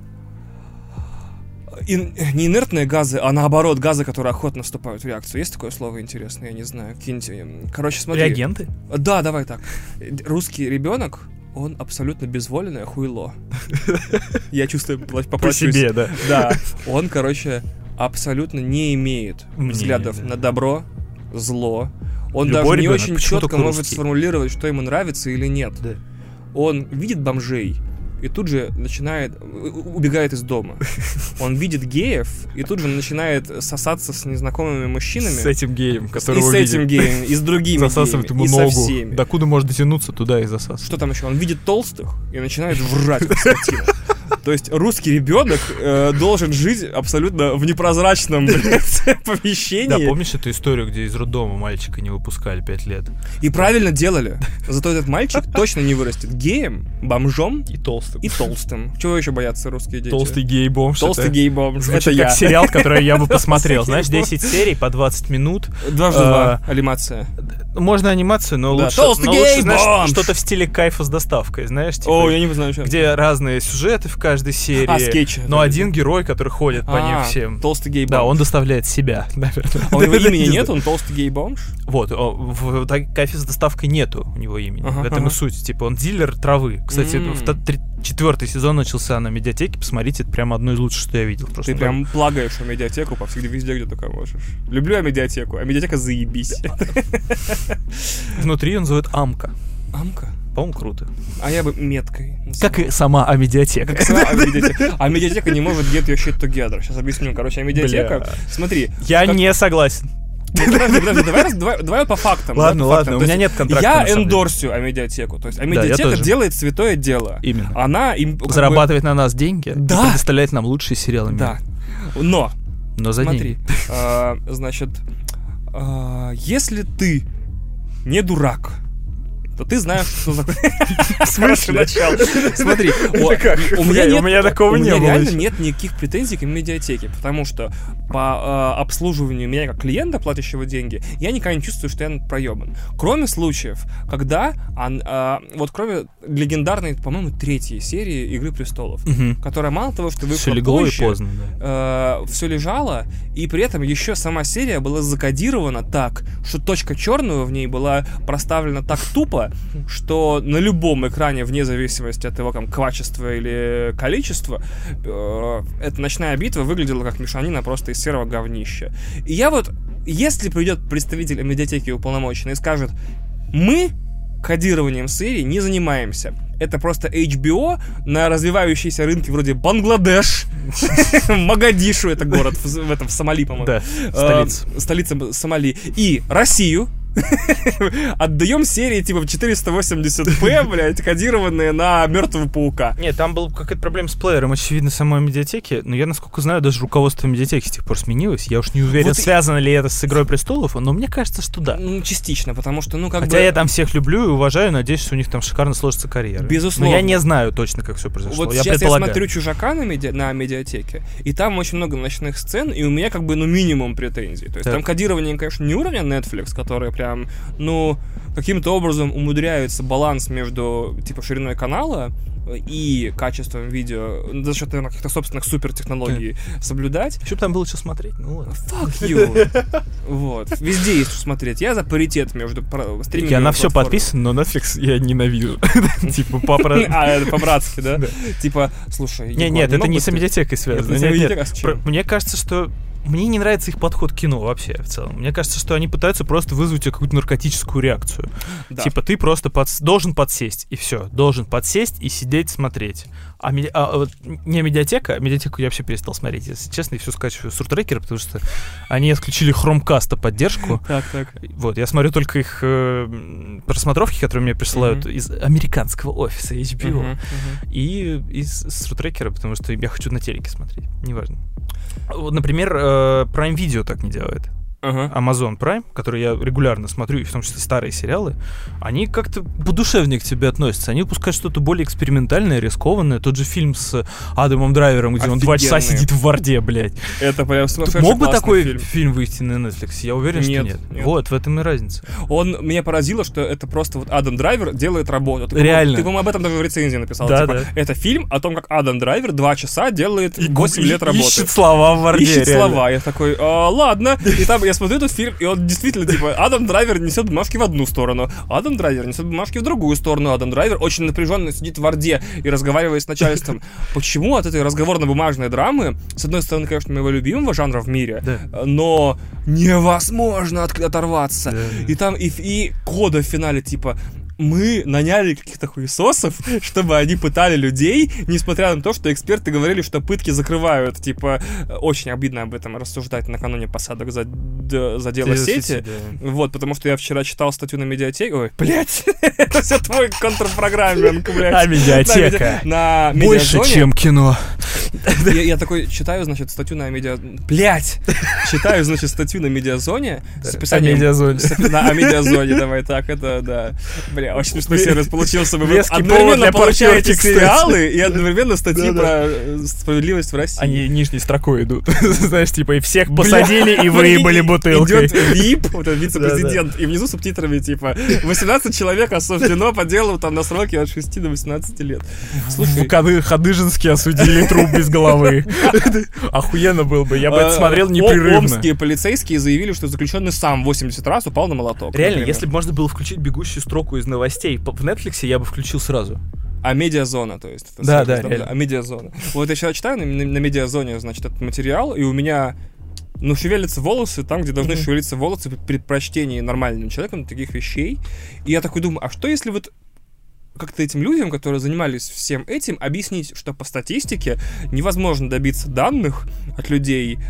не инертные газы, а наоборот, газы, которые охотно вступают в реакцию. Есть такое слово интересное? Я не знаю. Смотри. Реагенты? Да, давай так. Русский ребенок, он абсолютно безволенное хуйло. Я чувствую, поплачусь. По себе, да. Да. Он, абсолютно не имеет взглядов на добро, зло. Он даже не очень четко может сформулировать, что ему нравится или нет. Он видит бомжей и тут же убегает из дома. Он видит геев и тут же начинает сосаться с незнакомыми мужчинами. С этим геем, которого видит. И с этим геем, и с другими засасывает геями, ему и ногу. со всеми. Докуда может дотянуться, туда и засасывает. Что там еще? Он видит толстых и начинает врать в скотину. То есть русский ребенок должен жить абсолютно в непрозрачном помещении. Да, помнишь эту историю, где из роддома мальчика не выпускали 5 лет? И правильно делали. Зато этот мальчик точно не вырастет геем, бомжом и толстым. Чего еще боятся русские дети? Толстый гей-бомж. Толстый гей-бомж. Это я. Как сериал, который я бы посмотрел. Знаешь, 10 серий по 20 минут. 2 анимация. Можно анимацию, но лучше, знаешь, что-то в стиле Кайфа с доставкой, знаешь, типа, я не знаю, что. Где разные сюжеты в каждой серии, скетчи, но один герой, который ходит по ним всем. Толстый гей-бомж. Да, он доставляет себя, наверное. А у него имени нет, он толстый гей-бомж? Вот, в Кайфе с доставкой нету у него имени. В этом и суть. Типа, он дилер травы. Кстати, 4-й сезон начался на медиатеке. Посмотрите, это прям одно из лучших, что я видел. Ты прям плагаешь в медиатеку везде, где только можешь. Люблю я медиатеку, а медиатека заебись. Внутри он называют Амка. Амка? По-моему, круто. А я бы меткой. Как и сама медиатека. А медиатека не может get your shit together. Сейчас объясню. А медиатека... Смотри. Я не согласен. Давай по фактам. Ладно, у меня нет контракта. Я эндорсю медиатеку. То есть медиатека делает святое дело. Именно. Она зарабатывает на нас деньги и предоставляет нам лучшие сериалы мира. Да. Но за смотри, значит, если ты не дурак, то ты знаешь, что такое. В смысле? Смотри, у меня такого не было. У меня реально нет никаких претензий к медиатеке, потому что по обслуживанию меня как клиента, платящего деньги, я никогда не чувствую, что я проебан. Кроме случаев, когда, кроме легендарной, по-моему, 3-й серии «Игры престолов», которая мало того, что вышла позже, все лежало, и при этом еще сама серия была закодирована так, что точка черного в ней была проставлена так тупо, что на любом экране, вне зависимости от его качества или количества, эта ночная битва выглядела как мешанина просто из серого говнища. И я если придет представитель медиатеки уполномоченный и скажет: мы кодированием серии не занимаемся. Это просто HBO на развивающейся рынке вроде Бангладеш, Могадишу, это город в Сомали, по-моему. Да, столица Сомали. И Россию отдаем серии типа в 480p, блядь, кодированные на Мертвого паука. Нет, там была какая-то проблема с плеером, очевидно, самой медиатеки, но я, насколько знаю, даже руководство медиатеки с тех пор сменилось. Я уж не уверен, связано ли это с «Игрой престолов», но мне кажется, что да. Частично, потому что, Хотя я там всех люблю и уважаю, надеюсь, что у них там шикарно сложится карьера. Безусловно. Но я не знаю точно, как все произошло. Вот сейчас я смотрю «Чужака» на медиатеке, и там очень много ночных сцен, и у меня минимум претензий. То есть там кодирование, конечно, не уровня Netflix, который прям, каким-то образом умудряется баланс между, шириной канала и качеством видео за счет, наверное, каких-то собственных супертехнологий соблюдать. Еще бы там было что смотреть. Fuck you. Вот. Везде есть что смотреть. Я за паритет между стримингами. Я на все подписан, но Netflix я ненавижу. Это по-братски, да? Слушай... Нет, это не с медиатекой связано. Мне кажется, что мне не нравится их подход к кино вообще в целом. Мне кажется, что они пытаются просто вызвать какую-то наркотическую реакцию. Да. Ты просто должен подсесть, и все. Должен подсесть и сидеть, смотреть. Не медиатека. Медиатеку я вообще перестал смотреть, если честно, и все скачиваю с Суртрекера, потому что они отключили Хромкаста поддержку. Так. Вот, я смотрю только их просмотровки, которые мне присылают из американского офиса HBO. И из Суртрекера, потому что я хочу на телеке смотреть. Неважно. Вот, например, Prime Video так не делает. Amazon Prime, который я регулярно смотрю, и в том числе старые сериалы, они как-то подушевнее к тебе относятся. Они выпускают что-то более экспериментальное, рискованное. Тот же фильм с Адамом Драйвером, где он 2 часа сидит в Варде, блядь. Это прям сумасшедший Мог бы такой фильм выйти на Netflix? Я уверен, что нет. Вот, в этом и разница. Меня поразило, что это просто вот Адам Драйвер делает работу. Реально. Ты, по-моему, об этом даже в рецензии написал. Да, типа, да. Это фильм о том, как Адам Драйвер 2 часа делает 8 лет работы. Ищет слова в Варде. Ищет слова. Я такой, ладно. И там я смотрю этот фильм, и он действительно, типа, Адам Драйвер несет бумажки в одну сторону, Адам Драйвер несет бумажки в другую сторону, Адам Драйвер очень напряженно сидит в Варде и разговаривает с начальством. Почему от этой разговорно-бумажной драмы, с одной стороны, конечно, моего любимого жанра в мире, но невозможно оторваться. И там и кода в финале, типа, мы наняли каких-то хуесосов, чтобы они пытали людей, несмотря на то, что эксперты говорили, что пытки закрывают. Типа, очень обидно об этом рассуждать накануне посадок за дело сети. Да. Вот, потому что я вчера читал статью на медиатеке. Ой, блять, это все твой контрпрограмминг, блядь. А медиатека. На больше, чем кино. Я такой читаю, значит, статью на Блять! Читаю, значит, статью на Медиазоне с описанием... О Медиазоне, давай так, это, да. Бля, очень смешной сервис получился. Вы одновременно получаете сериалы и одновременно статьи про справедливость в России. Они нижней строкой идут. Знаешь, типа, и всех посадили, и выебали бутылкой. Идет ВИП, вот этот вице-президент, и внизу субтитрами, типа, 18 человек осуждено по делу там на сроки от 6 до 18 лет. Слушай, Хадыженский осудили труп без головы. Охуенно был бы, я бы это смотрел непрерывно. Омские полицейские заявили, что заключенный сам 80 раз упал на молоток. Реально, если бы можно было включить бегущую строку из новостей в Netflix, я бы включил сразу. А медиазона, то есть. Да, реально. А медиазона. Вот я сейчас читаю на медиазоне, значит, этот материал, и у меня, шевелятся волосы там, где должны шевелиться волосы при прочтении нормальным человеком таких вещей. И я такой думаю, а что если вот как-то этим людям, которые занимались всем этим, объяснить, что по статистике невозможно добиться данных от людей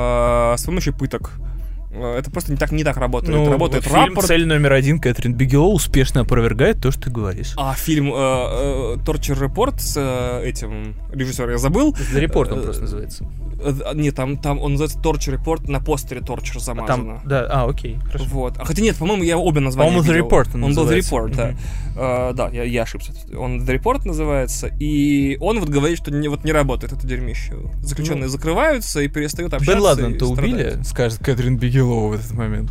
с помощью пыток. Это просто не так работает. Это работает фильм рапорт. «Цель номер один» Кэтрин Бигелоу успешно опровергает то, что ты говоришь. А фильм «Torture Report» с этим режиссером я забыл. «The Report» он просто называется. Нет, там он называется «Torture Report», на постере «Torture» замазано. Окей, хорошо. Вот. Хотя нет, по-моему, я обе названия видел. «The Report» он был «The Report», да. Да, я ошибся. Он «The Report» называется, и он вот говорит, что не работает это дерьмище. Заключенные закрываются и перестают общаться. Бен Ладена-то убили, скажет Кэтрин Бигелоу в этот момент.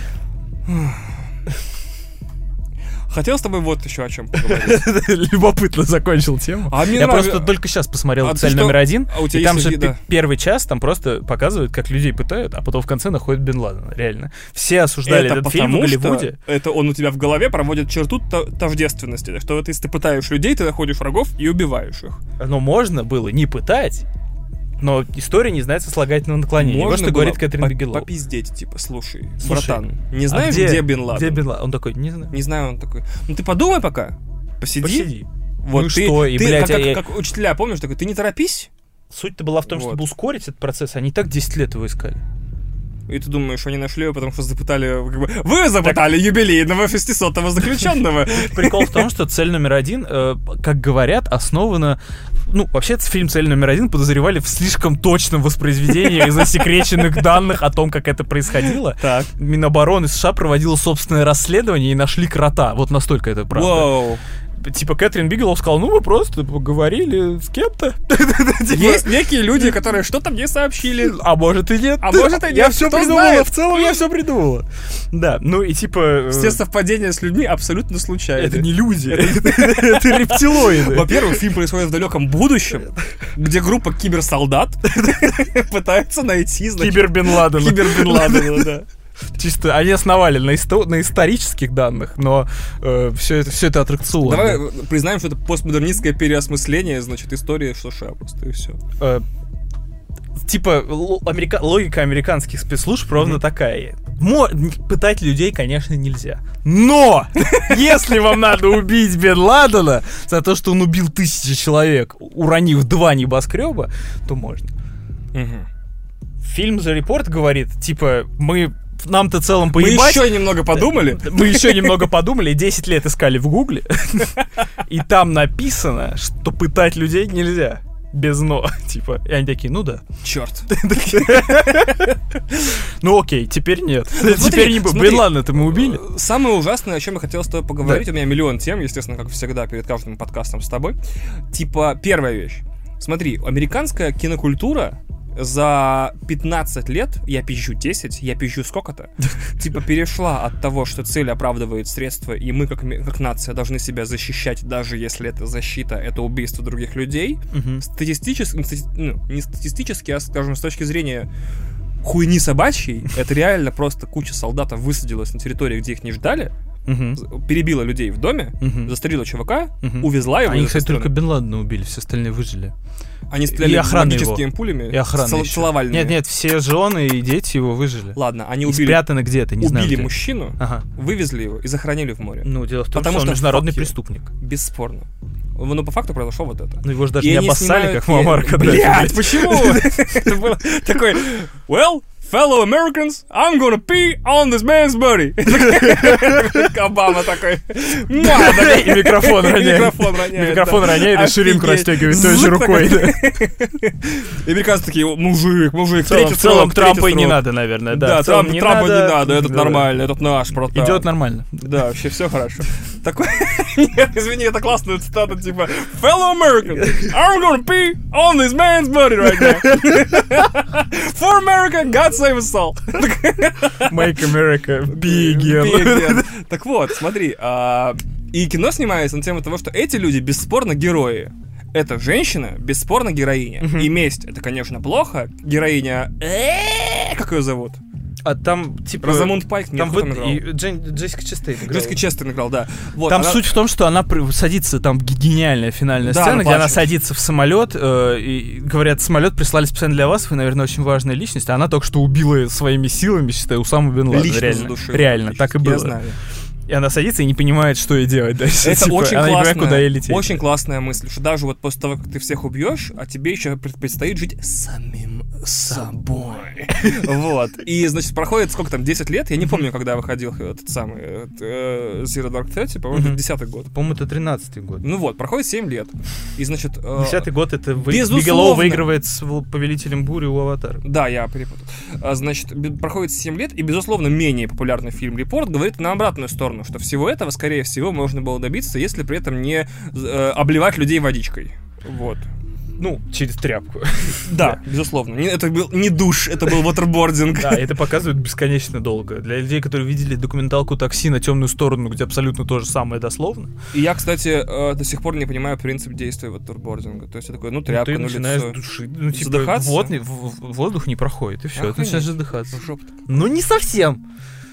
Хотел с тобой вот еще о чем поговорить. Любопытно закончил тему. Я просто только сейчас посмотрел «Цель номер один», и там же первый час там просто показывают, как людей пытают, а потом в конце находят Бен Ладена. Реально. Все осуждали этот фильм в Голливуде. Это он у тебя в голове проводит черту тождественности. Что вот если ты пытаешь людей, ты находишь врагов и убиваешь их. Но можно было не пытать, но история не знает сослагательного наклонения. Вот что говорит Кэтрин Бигелоу. Попиздеть, типа, слушай, братан, не знаешь, где Бен Ладен? Где Бен Ладен? Он такой, не знаю. Не знаю, он такой. Ты подумай пока, посиди. Вот ну что, и, блядь... Как учителя, помнишь, такой, ты не торопись. Суть-то была в том, чтобы ускорить этот процесс, они и так 10 лет его искали. И ты думаешь, они нашли его, потому что запытали... Вы запытали юбилейного 600-го заключенного. Прикол в том, что «Цель номер один», как говорят, основана... вообще, фильм «Цель номер один» подозревали в слишком точном воспроизведении засекреченных данных о том, как это происходило. Так. Минобороны США проводило собственное расследование и нашли крота. Вот настолько это правда. Вау. Типа Кэтрин Бигелоу сказала, мы просто поговорили с кем-то. Есть некие люди, которые что-то мне сообщили. А может и нет. Я все придумала, в целом я все придумала. Да, и типа... Все совпадения с людьми абсолютно случайны. Это не люди, это рептилоиды. Во-первых, фильм происходит в далеком будущем, где группа киберсолдат пытается найти... Кибер-Бен Ладена. Кибер-Бен Ладена, да. Чисто они основали на исторических данных, но все это аттракцион. Давай признаем, что это постмодернистское переосмысление, значит, истории США просто, и все. Типа, логика американских спецслужб ровно такая. Пытать людей, конечно, нельзя. Но! Если вам надо убить Бен Ладена за то, что он убил 1000 человек, уронив 2 небоскреба, то можно. Фильм «The Report» говорит, типа, нам-то целом поебать. Мы еще немного подумали. 10 лет искали в Гугле. И там написано, что пытать людей нельзя. без «но», типа. И они такие, ну да. Черт. Ну окей, теперь нет. Теперь не будет. Блин, ладно, это мы убили. Самое ужасное, о чем я хотел с тобой поговорить, у меня миллион тем, естественно, как всегда, перед каждым подкастом с тобой. Типа, первая вещь. Смотри, американская кинокультура за 15 лет, я пизжу 10, я пизжу сколько-то, типа перешла от того, что цель оправдывает средства, и мы как нация должны себя защищать, даже если это защита, это убийство других людей, статистически, не статистически, а, скажем, с точки зрения хуйни собачьей, это реально просто куча солдатов высадилась на территории, где их не ждали, перебила людей в доме, застрелила чувака, увезла его. Они, кстати, только Бен Ладена убили, все остальные выжили. Они стреляли магическими пулями, и охрана целовальными. Нет, все жены и дети его выжили. Ладно, они спрятаны где-то, не знаю. Убили мужчину, вывезли его и захоронили в море. Ну, дело в том, что он международный преступник. Бесспорно. Ну, по факту произошло вот это. Ну, его же даже не обоссали, как Муаммар. Блядь, почему? Это было такой, well, fellow Americans, I'm gonna pee on this man's body. Обама такой. И микрофон роняет. Микрофон роняет, и ширинку расстегивает той же рукой. И американцы такие, мужик. В целом Трампа и не надо, наверное. Да, Трампа не надо, этот нормально, этот наш. Идет нормально. Да, вообще все хорошо. Такой, извини, это классная цитата, типа, fellow Americans, I'm gonna pee on this man's body right now. For America, God save us all. Make America be again. Так вот, смотри, и кино снимается на тему того, что эти люди бесспорно герои. Это женщина, бесспорно героиня. И месть, это, конечно, плохо. Героиня, как ее зовут? А там, типа... Розамунд Пайк, нет, кто там играл? Джессика Честейн играла. Джессика Честейн играл, да. Вот, там суть в том, что она садится, там гениальная финальная сцена, где она садится в самолет, и говорят, самолет прислали специально для вас, вы, наверное, очень важная личность, а она только что убила своими силами, считай, Усаму бен Ладена. Реально, так и было. Я знаю. И она садится и не понимает, что ей делать дальше. Это типа, очень она классная, не понимает, куда ей лететь. Очень классная мысль, что даже вот после того, как ты всех убьешь, а тебе еще предстоит жить самим собой. Вот. И, значит, проходит, сколько там, 10 лет? Я не помню, когда выходил этот самый Zero Dark Thirty, по-моему, это 10-й год. По-моему, это 13-й год. Ну вот, проходит 7 лет. И, значит... 10-й год это Бигелоу выигрывает с Повелителем Бури у Аватара. Да, я перепутал. Значит, проходит 7 лет, и, безусловно, менее популярный фильм «Репорт» говорит на обратную сторону, что всего этого, скорее всего, можно было добиться, если при этом не обливать людей водичкой. Вот. Ну, через тряпку. Да, безусловно. Это был не душ, это был waterboarding. Да, это показывают бесконечно долго. Для людей, которые видели документалку «Такси на темную сторону», где абсолютно то же самое дословно. И я, кстати, до сих пор не понимаю принцип действия waterboardинга. То есть я такой, тряпка, ты начинаешь душить, типа, задыхаться. Воздух не проходит, и все, ты начинаешь задыхаться. Ну, не совсем.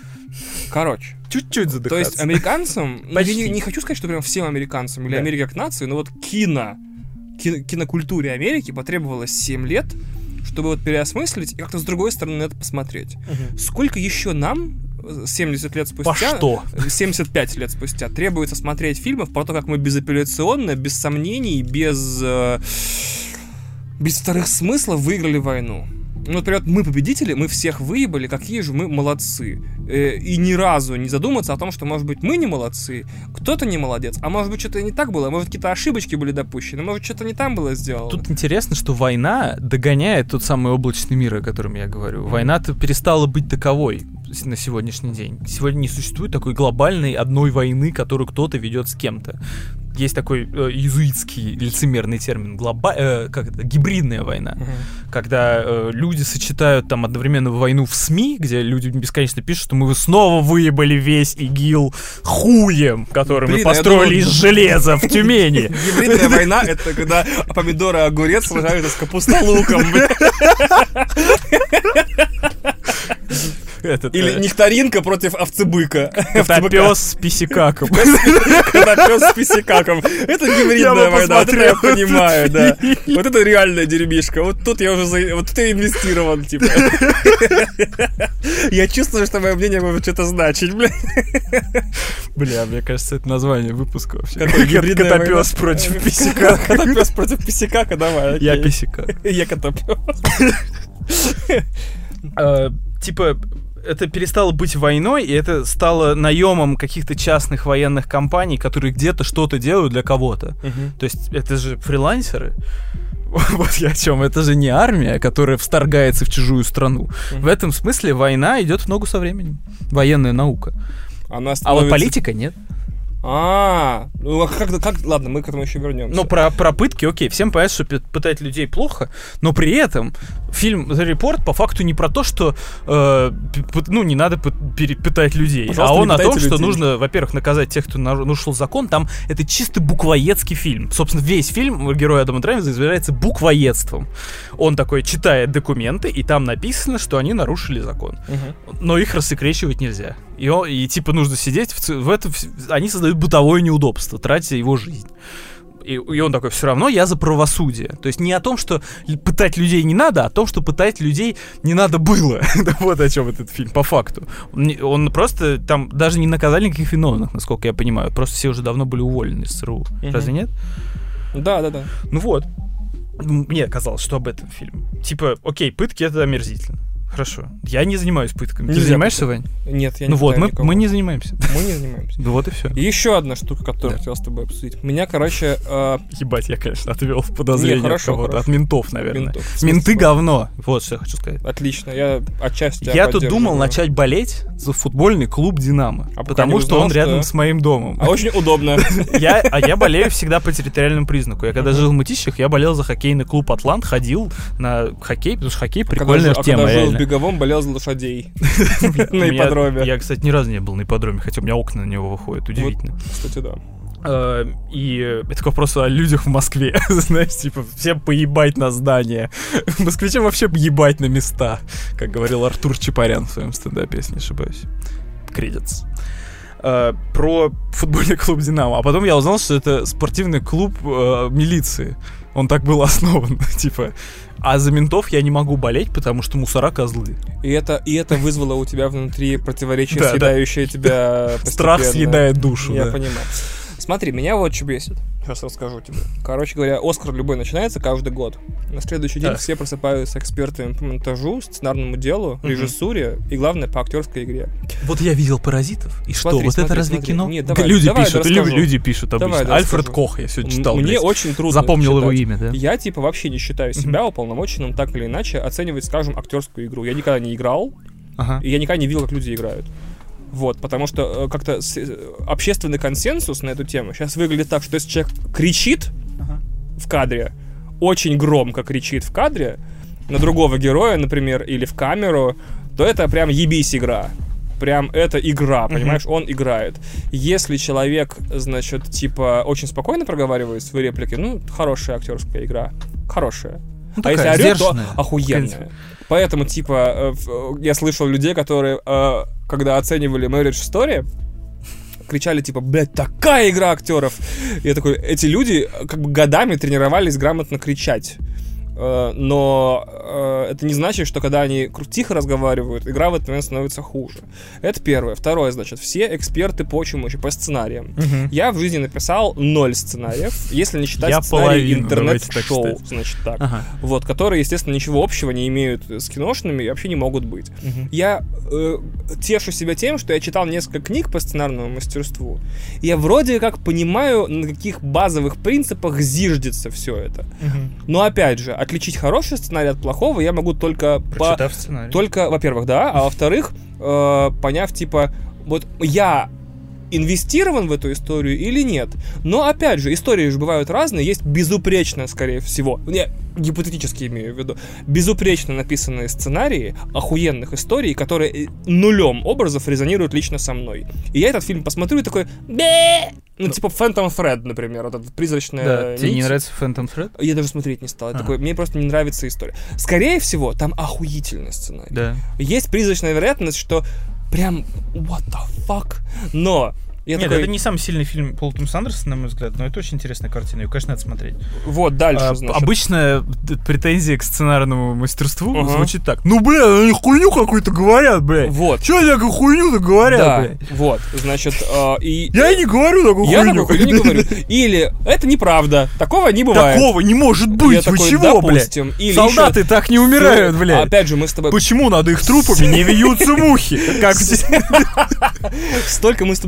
Короче. Чуть-чуть задыхаться. То есть американцам, я не хочу сказать, что прям всем американцам или Америке как нации, но вот кинокультуре Америки потребовалось 7 лет, чтобы вот переосмыслить и как-то с другой стороны на это посмотреть. Сколько еще нам 70 лет спустя, 75 лет спустя требуется смотреть фильмов про то, как мы безапелляционно, без сомнений, без вторых смыслов выиграли войну. Ну, например, мы победители, мы всех выебали, какие же мы молодцы. И ни разу не задуматься о том, что, может быть, мы не молодцы, кто-то не молодец, а может быть, что-то не так было, может, какие-то ошибочки были допущены, может, что-то не там было сделано. Тут интересно, что война догоняет тот самый облачный мир, о котором я говорю. Война-то перестала быть таковой на сегодняшний день. Сегодня не существует такой глобальной одной войны, которую кто-то ведет с кем-то. Есть такой иезуитский лицемерный термин гибридная война, когда люди сочетают там одновременно войну в СМИ, где люди бесконечно пишут, что мы снова выебали весь ИГИЛ хуем, который мы построили из железа в Тюмени. Гибридная война — это когда помидоры и огурец сражаются с капустолуком. Или нектаринка против овцебыка. Котопёс с писикаком. Котопёс с писикаком. Это гибридная война, это я понимаю, да. Вот это реальная дерьмишка. Вот тут я уже вот тут я инвестирован, типа. Я чувствую, что мое мнение может что-то значить, бля. Бля, мне кажется, это название выпуска вообще. Котопёс против писикака. Котопёс против писикака, давай. Я писикак. Я котопёс. Типа, это перестало быть войной, и это стало наемом каких-то частных военных компаний, которые где-то что-то делают для кого-то. То есть это же фрилансеры. Вот я о чем. Это же не армия, которая вторгается в чужую страну. В этом смысле война идет в ногу со временем. Военная наука. А вот политика нет. Ну ладно, мы к этому еще вернемся. Ну, про пытки, окей, всем понятно, что пытать людей плохо, но при этом фильм The Report по факту не про то, что не надо пытать людей, пожалуйста, он о том, что нужно, во-первых, наказать тех, кто нарушил закон. Там это чисто буквоедский фильм. Собственно, весь фильм герой Адама Драйвера является буквоедством. Он такой читает документы, и там написано, что они нарушили закон. Но их рассекречивать нельзя. И типа нужно сидеть в этом. Они создают бытовое неудобство, тратя его жизнь. И он такой: все равно я за правосудие. То есть не о том, что пытать людей не надо, а о том, что пытать людей не надо было. Вот о чем этот фильм, по факту. Он просто там даже не наказали никаких виновных, насколько я понимаю. Просто все уже давно были уволены из ЦРУ. Разве нет? Да. Ну вот. Мне казалось, что об этом фильм. Типа, окей, пытки — это омерзительно. Хорошо. Я не занимаюсь пытками. Ты занимаешься, Вань? Нет, я не Ну вот, мы не занимаемся. Мы не занимаемся. Ну вот и все. И еще одна штука, которую хотел с тобой обсудить. Меня, короче... Ебать, я, конечно, отвел в подозрение от кого-то. От ментов, наверное. Менты говно. Вот что я хочу сказать. Отлично. Я отчасти Я тут думал начать болеть за футбольный клуб «Динамо». Потому что он рядом с моим домом. Очень удобно. Я болею всегда по территориальному признаку. Я когда жил в Мытищах, я болел за хоккейный клуб «Атлант», ходил на хоккей, потому что хоккей прикольная тема, реально. Беговом болел за лошадей на ипподроме. Я, кстати, ни разу не был на ипподроме, хотя у меня окна на него выходят. Удивительно. Кстати, да. И это вопрос о людях в Москве. Знаешь, типа, всем поебать на здания. Москвичам вообще ебать на места, как говорил Артур Чапарян в своем стендапе, если не ошибаюсь. Кредитс. Про футбольный клуб «Динамо». А потом я узнал, что это спортивный клуб милиции. Он так был основан, типа. А за ментов я не могу болеть, потому что мусора козлы. И это вызвало у тебя внутри противоречие, съедающее тебя постепенно. Страх съедает душу. Я понимаю. Смотри, меня вот что бесит. Сейчас расскажу тебе. Короче говоря, «Оскар» любой начинается каждый год. На следующий день все просыпаются экспертами по монтажу, сценарному делу, режиссуре и, главное, по актерской игре. Вот я видел «Паразитов». И что, вот это разве кино? Нет, люди пишут обычно. Альфред Кох, я сегодня читал. Мне очень трудно запомнил его имя, да? Я, типа, вообще не считаю себя уполномоченным так или иначе оценивать, скажем, актерскую игру. Я никогда не играл, и я никогда не видел, как люди играют. Вот, потому что как-то общественный консенсус на эту тему сейчас выглядит так, что если человек кричит в кадре, очень громко кричит в кадре на другого героя, например, или в камеру, то это прям ебись игра. Прям это игра, понимаешь? Он играет. Если человек, значит, типа, очень спокойно проговаривает свои реплики, ну, хорошая актерская игра. Хорошая. А если орёт, то охуенная. Поэтому, типа, я слышал людей, которые, когда оценивали Marriage Story, кричали, типа, блядь, такая игра актеров. И я такой, эти люди как бы годами тренировались грамотно кричать. Но это не значит, что когда они тихо разговаривают, игра в этот момент становится хуже. Это первое. Второе, значит, все эксперты по чему еще? По сценариям. Я в жизни написал 0 сценариев, если не считать сценарий интернет-шоу, значит так. Вот, которые, естественно, ничего общего не имеют с киношными и вообще не могут быть. Я тешу себя тем, что я читал несколько книг по сценарному мастерству, и я вроде как понимаю, на каких базовых принципах зиждется все это. Но опять же, отличить хороший сценарий от плохого я могу только только, во-первых, да, а во-вторых, поняв, типа, вот я инвестирован в эту историю или нет. Но, опять же, истории же бывают разные. Есть безупречно, скорее всего, я гипотетически имею в виду, безупречно написанные сценарии охуенных историй, которые нулем образов резонируют лично со мной. И я этот фильм посмотрю и такой... Ну, типа Phantom Thread, например, вот эта призрачная нить. Тебе не нравится Phantom Thread? Я даже смотреть не стал. Такой, мне просто не нравится история. Скорее всего, там охуительный сценарий. Да. Есть призрачная вероятность, что прям what the fuck, но... Нет, это не самый сильный фильм Пола Томаса Андерсона, на мой взгляд, но это очень интересная картина, ее, конечно, надо смотреть. Вот, дальше, значит. Обычная претензия к сценарному мастерству звучит так. Ну, бля, они хуйню какую-то говорят, бля. Вот. Чё они такую хуйню-то говорят, да, бля? Вот, значит, и... Я не говорю такую хуйню. Я такую хуйню не говорю. Или, это неправда, такого не бывает. Такого не может быть, вы чего, допустим, бля? Солдаты так не умирают, бля. Опять же, мы с тобой... Почему над их трупами не вьются мухи? Как столько мы с тобой копий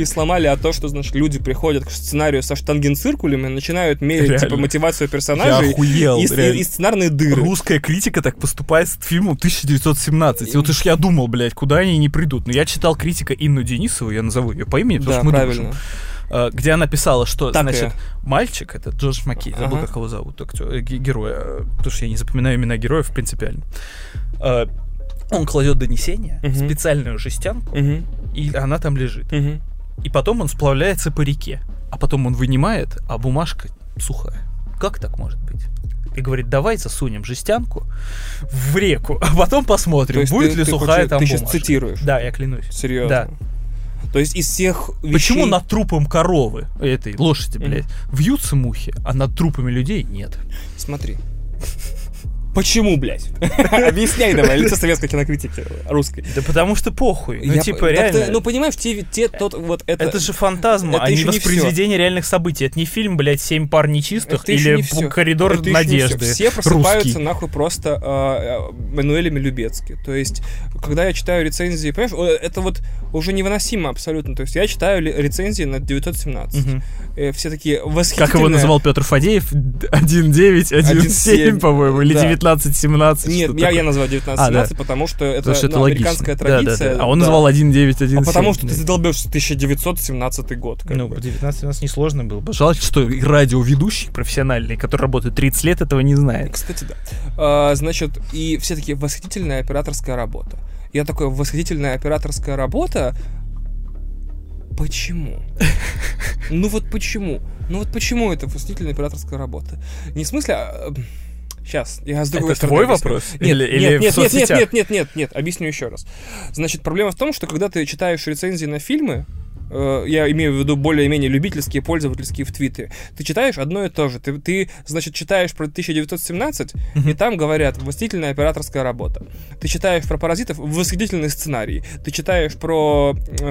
сломали, а то, что, значит, люди приходят к сценарию со штангенциркулем и начинают мерить, реально. типа, мотивацию персонажей. Я охуел, и сценарные дыры. Русская критика так поступает с фильмом 1917. И вот уж я думал, блядь, куда они не придут. Но я читал критика Инну Денисову, я назову ее по имени, потому что мы правильно. дружим. Где она писала, что, так значит, мальчик, это Джордж Маккей, забыл, как его зовут, героя, потому что я не запоминаю имена героев принципиально. Он кладет донесение в специальную жестянку, и она там лежит. И потом он сплавляется по реке, а потом он вынимает, а бумажка сухая. Как так может быть? И говорит, давай засунем жестянку в реку, а потом посмотрим, будет ли сухая там бумажка. Ты сейчас цитируешь? Да, я клянусь. Серьезно? Да. То есть из всех вещей... Почему над трупом коровы, этой лошади, блядь, вьются мухи, а над трупами людей нет? Смотри. Почему, блядь? Объясняй давай, лицо советской кинокритики русской. Да потому что похуй. Ну, типа, реально. Ну, понимаешь, это же фантазма, а не воспроизведение реальных событий. Это не фильм, блядь, «Семь пар нечистых» или «Коридор надежды». Все просыпаются нахуй просто Мануэлями Любецки. То есть, когда я читаю рецензии, понимаешь, это вот уже невыносимо абсолютно. То есть, я читаю рецензии на 917. Все такие восхитительные. Как его называл Петр Фадеев? 1.9, 1.7, по-моему, или 19-17. Нет, я назвал 19-17, потому что это американская традиция. Да. А он назвал 1.9, 1.7. А потому что ты задолбешься 1917 год. 19-17 несложно было. Жалко, что радиоведущий профессиональный, который работает 30 лет, этого не знает. Кстати, да. Значит, и все такие восхитительная операторская работа. Я такой, восхитительная операторская работа. Почему? Ну вот почему? Почему это восхитительная операторская работа? Не в смысле... Сейчас, я с другой стороны. Это твой вопрос? Нет, объясню еще раз. Значит, проблема в том, что когда ты читаешь рецензии на фильмы, я имею в виду более-менее любительские, пользовательские в Твиттере, ты читаешь одно и то же. Ты значит, читаешь про 1917, и там говорят «восхитительная операторская работа». Ты читаешь про «Паразитов» — восхитительный сценарий. Ты читаешь про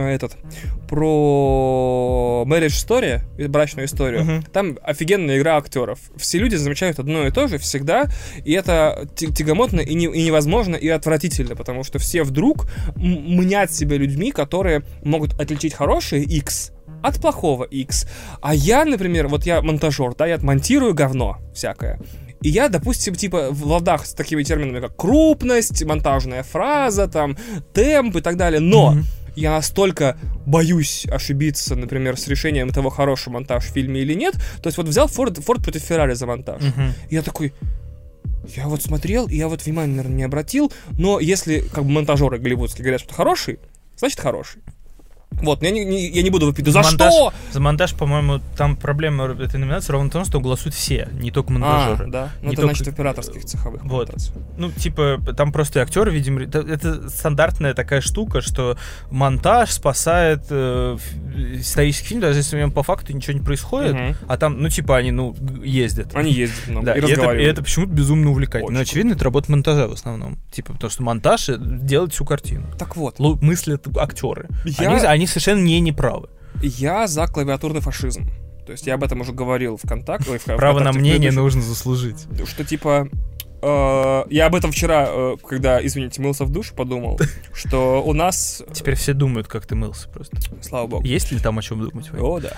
Marriage Story, брачную историю, там офигенная игра актеров. Все люди замечают одно и то же всегда, и это тягомотно, и невозможно, и отвратительно, потому что все вдруг мнят себя людьми, которые могут отличить хорошее X от плохого X. А я, например, вот я монтажер, да, я монтирую говно всякое. И я, допустим, типа в ладах с такими терминами, как крупность, монтажная фраза, там, темп и так далее. Но я настолько боюсь ошибиться, например, с решением того, хороший монтаж в фильме или нет. То есть вот взял Форд против Феррари за монтаж. И я такой... Я вот смотрел, и я вот внимания, наверное, не обратил. Но если как бы монтажеры голливудские говорят, что хороший, значит хороший. Вот, я не буду выпить. За что? За монтаж, по-моему, там проблема этой номинации ровно в том, что голосуют все, не только монтажеры. Да. Ну, это значит операторских цеховых. Вот. Ну, типа, там просто актеры, видимо... Это стандартная такая штука, что монтаж спасает исторический фильм, даже если в нем по факту ничего не происходит, а там, ну, типа, они, ездят. Они ездят много, да, и разговаривают. И это почему-то безумно увлекательно. Но, очевидно, это работа монтажа в основном. Типа, потому что монтаж делает всю картину. Так вот. Мыслят актеры. Они совершенно неправы. Я за клавиатурный фашизм. То есть я об этом уже говорил ВКонтакте. Право на мнение нужно заслужить. Что типа... я об этом вчера, когда, извините, мылся в душ, подумал, что у нас... Теперь все думают, как ты мылся просто. Слава богу. Есть ли там о чем думать? О, да.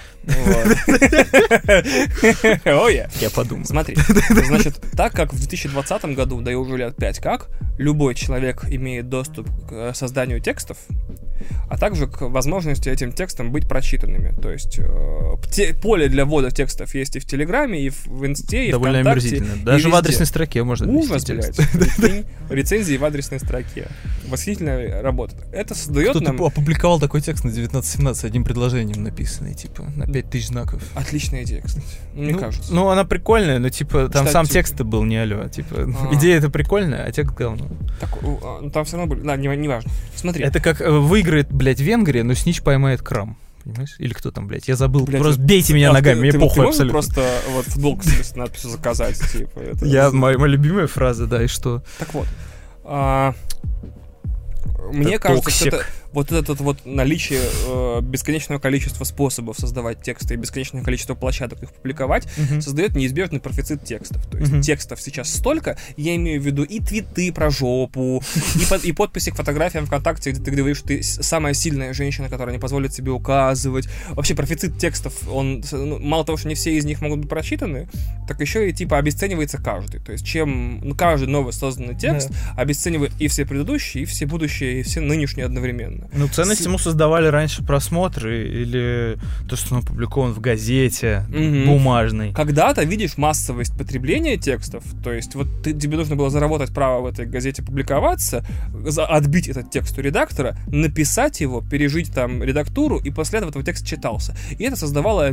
О, я. Я подумал. Смотри, значит, так как в 2020 году, да и уже лет 5 как, любой человек имеет доступ к созданию текстов, а также к возможности этим текстам быть прочитанными. То есть поле для ввода текстов есть и в Телеграме, и в Инсте, и довольно ВКонтакте. омерзительно. Даже в адресной строке можно ужас, блядь. Рецензии в адресной строке. Восхитительная работа. Это создает нам... Кто-то опубликовал такой текст на 1917 одним предложением написанный, типа, на 5000 знаков. Отличная идея, кстати. Мне кажется. Ну, она прикольная, но, типа, там сам текст-то был не алё. Типа, идея-то прикольная, а текст говно. Там все равно были... Да, не важно. Смотри. Это как выиграет, блядь, Венгрия, но Снич поймает Крам. Понимаешь? Или кто там, блядь? Я забыл. Блядь, просто бейте меня ногами, мне похуй абсолютно. Просто вот футболку с надписью заказать, типа. Моя любимая фраза, да, и что? Так вот. Мне кажется, что это вот это вот наличие бесконечного количества способов создавать тексты и бесконечное количество площадок их публиковать создает неизбежный профицит текстов. То есть текстов сейчас столько, я имею в виду и твиты про жопу, и подписи к фотографиям ВКонтакте, где ты говоришь, что ты самая сильная женщина, которая не позволит себе указывать. Вообще профицит текстов, он мало того, что не все из них могут быть прочитаны, так еще и типа обесценивается каждый. То есть чем каждый новый созданный текст обесценивает и все предыдущие, и все будущие, и все нынешние одновременно. Ну, ценность ему создавали раньше просмотры или то, что он опубликован в газете бумажной. Когда-то видишь массовость потребления текстов, то есть вот тебе нужно было заработать право в этой газете публиковаться, отбить этот текст у редактора, написать его, пережить там редактуру, и после этого твой текст читался. И это создавало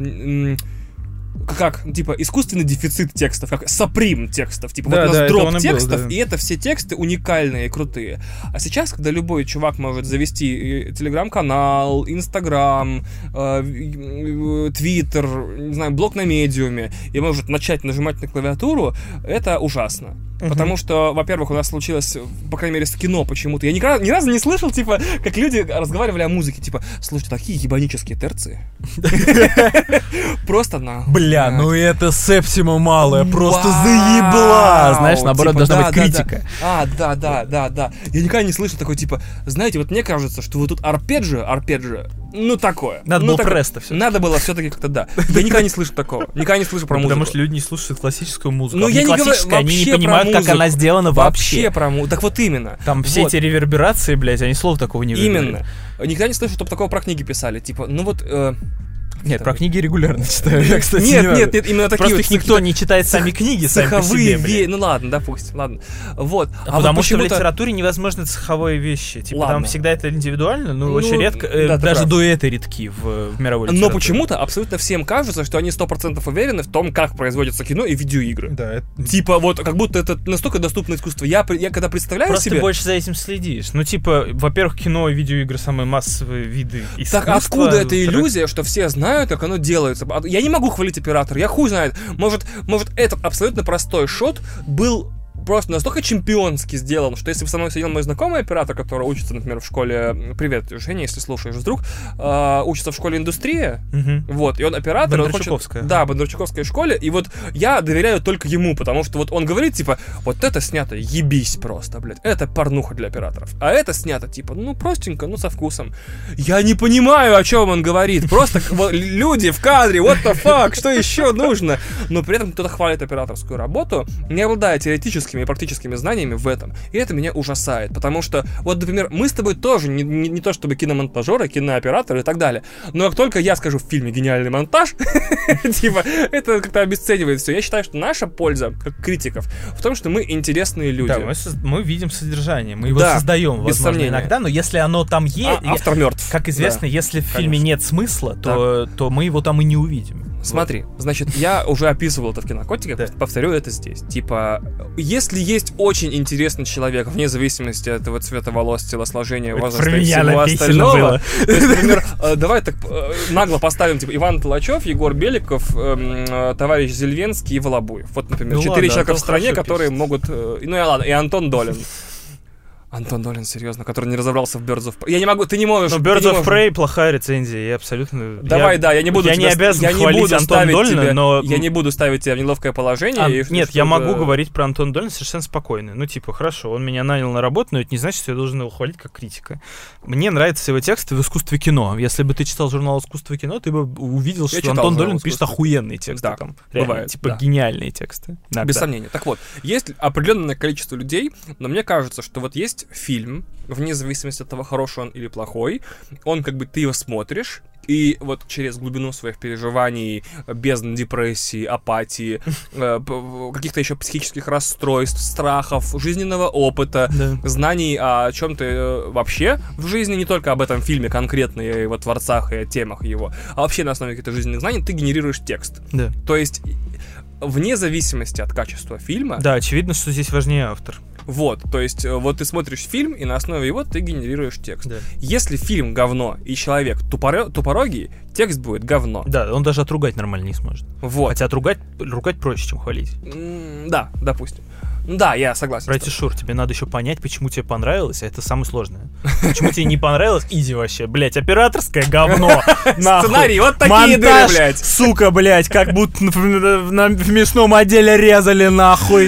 как, типа, искусственный дефицит текстов, как саприм текстов. Типа, вот у нас дроп текстов, и это все тексты уникальные и крутые. А сейчас, когда любой чувак может завести телеграм-канал, инстаграм, твиттер, не знаю, блог на медиуме, и может начать нажимать на клавиатуру, это ужасно. Потому что, во-первых, у нас случилось, по крайней мере, с кино почему-то. Я ни разу не слышал, типа, как люди разговаривали о музыке. Типа, слушайте, такие ебанические терции. Просто на... Бля, ну это септима малая, просто заебла. Знаешь, наоборот, должна быть критика. Да. Я никогда не слышал такой, типа, знаете, вот мне кажется, что вот тут арпеджио, ну такое. Надо было преsto все. Надо было все-таки как-то, да. Я никогда не слышу такого. Никогда не слышу про музыку. Потому что люди не слушают классическую музыку. Ну, я не говорю, они не понимают, как она сделана вообще. Про музыку. Так вот именно. Там все эти реверберации, блядь, они слова такого не выговорили. Именно. Никогда не слышу, чтобы такого про книги писали. Типа, ну вот... Нет, про книги регулярно читаю. Я, кстати, нет, именно такие. Просто их никто не читает сами книги, сами по себе. Ну ладно, допустим, ладно. Вот. Потому что в литературе невозможно цеховые вещи. Типа там всегда это индивидуально, но очень редко, даже дуэты редки в мировой литературе. Но почему-то абсолютно всем кажется, что они 100% уверены в том, как производится кино и видеоигры. Да. Типа вот, как будто это настолько доступное искусство. Я когда представляю просто себе... Просто ты больше за этим следишь. Ну типа, во-первых, кино и видеоигры самые массовые виды искусства. Так откуда эта иллюзия, что все знают, как оно делается? Я не могу хвалить оператора, я хуй знает. Может этот абсолютно простой шот был просто настолько чемпионски сделан, что если бы со мной сидел мой знакомый оператор, который учится, например, в школе... Привет, Женя, если слушаешь вдруг. Учится в школе индустрия. Вот, и он оператор. Бондарчуковская. Да, Бондарчуковской школе. И вот я доверяю только ему, потому что вот он говорит, типа, вот это снято ебись просто, блядь. Это порнуха для операторов. А это снято, типа, ну, простенько, ну, со вкусом. Я не понимаю, о чем он говорит. Просто люди в кадре, what the fuck, что еще нужно? Но при этом кто-то хвалит операторскую работу, не обладая теоретически и практическими знаниями в этом. И это меня ужасает, потому что, вот, например, мы с тобой тоже не то чтобы киномонтажеры, кинооператоры и так далее, но как только я скажу в фильме гениальный монтаж, типа, это как-то обесценивает все. Я считаю, что наша польза, как критиков, в том, что мы интересные люди. Да, мы видим содержание, мы его создаем, возможно, иногда, но если оно там есть... Автор мертв. Как известно, если в фильме нет смысла, то мы его там и не увидим. Смотри, значит, я уже описывал это в «Кинокотике», повторю это здесь. Типа, если есть очень интересный человек, вне зависимости от его цвета волос, телосложения, возраста и всего остального, то есть, например, давай так нагло поставим, типа, Иван Толачев, Егор Беликов, товарищ Зельвенский и Волобуев. Вот, например, 4 человека в стране, которые могут... Ну и ладно, и Антон Долин. Антон Долин, серьезно, который не разобрался в Birds of Prey. Я не могу, ты не можешь... Но Birds of Prey плохая рецензия, я абсолютно... Давай, я не буду... Я не обязан хвалить Антона Долина, но... Я не буду ставить тебя в неловкое положение. Нет, я могу говорить про Антона Долина совершенно спокойно. Ну, типа, хорошо, он меня нанял на работу, но это не значит, что я должен его хвалить как критика. Мне нравятся его тексты в искусстве кино. Если бы ты читал журнал «Искусство кино», ты бы увидел, что Антон Долин пишет охуенные тексты. Да, там. Бывает. Типа, гениальные тексты. Без сомнения. Так вот, есть определенное количество людей, но мне кажется, что вот есть фильм, вне зависимости от того, хороший он или плохой, он как бы, ты его смотришь, и вот через глубину своих переживаний, бездны депрессии, апатии, каких-то еще психических расстройств, страхов, жизненного опыта, знаний о чем-то вообще в жизни, не только об этом фильме конкретно, и о его творцах, и о темах его, а вообще на основе каких-то жизненных знаний ты генерируешь текст. Да. То есть, вне зависимости от качества фильма... Да, очевидно, что здесь важнее автор. Вот, то есть, вот ты смотришь фильм, и на основе его ты генерируешь текст. Да. Если фильм говно, и человек тупорогий, текст будет говно. Да, он даже отругать нормально не сможет. Вот. Хотя ругать проще, чем хвалить. Да, допустим. Да, я согласен. Братья Шур, тебе надо еще понять, почему тебе понравилось, а это самое сложное. Почему тебе не понравилось, изи вообще. Блять, операторское говно. Сценарий, вот такие монтаж, дыры, блядь. Сука, блять, как будто в мясном отделе резали нахуй.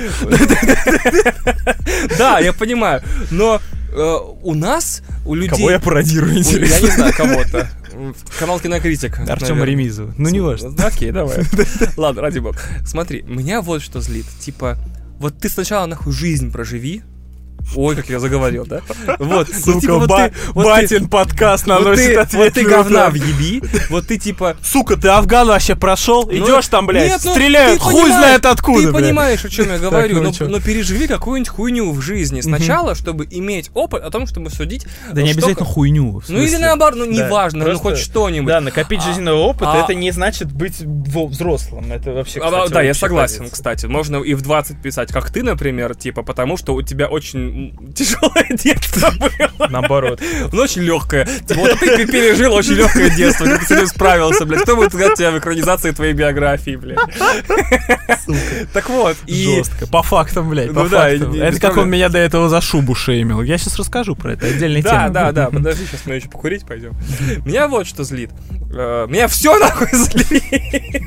Да, я понимаю, но у нас, у людей... Кого я пародирую, интересно? Я не знаю, кого-то. Канал Кинокритика. Артема Ремизова. Ну, не важно. Окей, давай. Ладно, ради бога. Смотри, меня вот что злит. Типа, вот ты сначала нахуй жизнь проживи. Ой, как я заговорил, да? Вот, сука, типа, батин подкаст наносит ответ. Вот ты говна въеби, вот ты типа... Сука, ты Афган вообще прошел? Идешь там, блядь, стреляют, хуй знает откуда, ты понимаешь, о чем я говорю, но переживи какую-нибудь хуйню в жизни сначала, чтобы иметь опыт о том, чтобы судить... Да не обязательно хуйню. Ну или наоборот, ну неважно, ну хоть что-нибудь. Да, накопить жизненного опыта, это не значит быть взрослым, это вообще, кстати... Да, я согласен, кстати, можно и в 20 писать, как ты, например, типа, потому что у тебя очень тяжелое детство было. Наоборот. Ну, очень легкое. Типа, вот ты пережил очень легкое детство, ты с этим справился, блядь. Кто будет сказать тебе в экранизации твоей биографии, блядь? Сука. Так вот, и... Жестко. По фактам, блядь, по фактам. Это как он меня до этого за шубу шеймил. Я сейчас расскажу про это, отдельная тема. Да, подожди, сейчас мы еще покурить пойдем. Меня вот что злит. Меня все нахуй злит.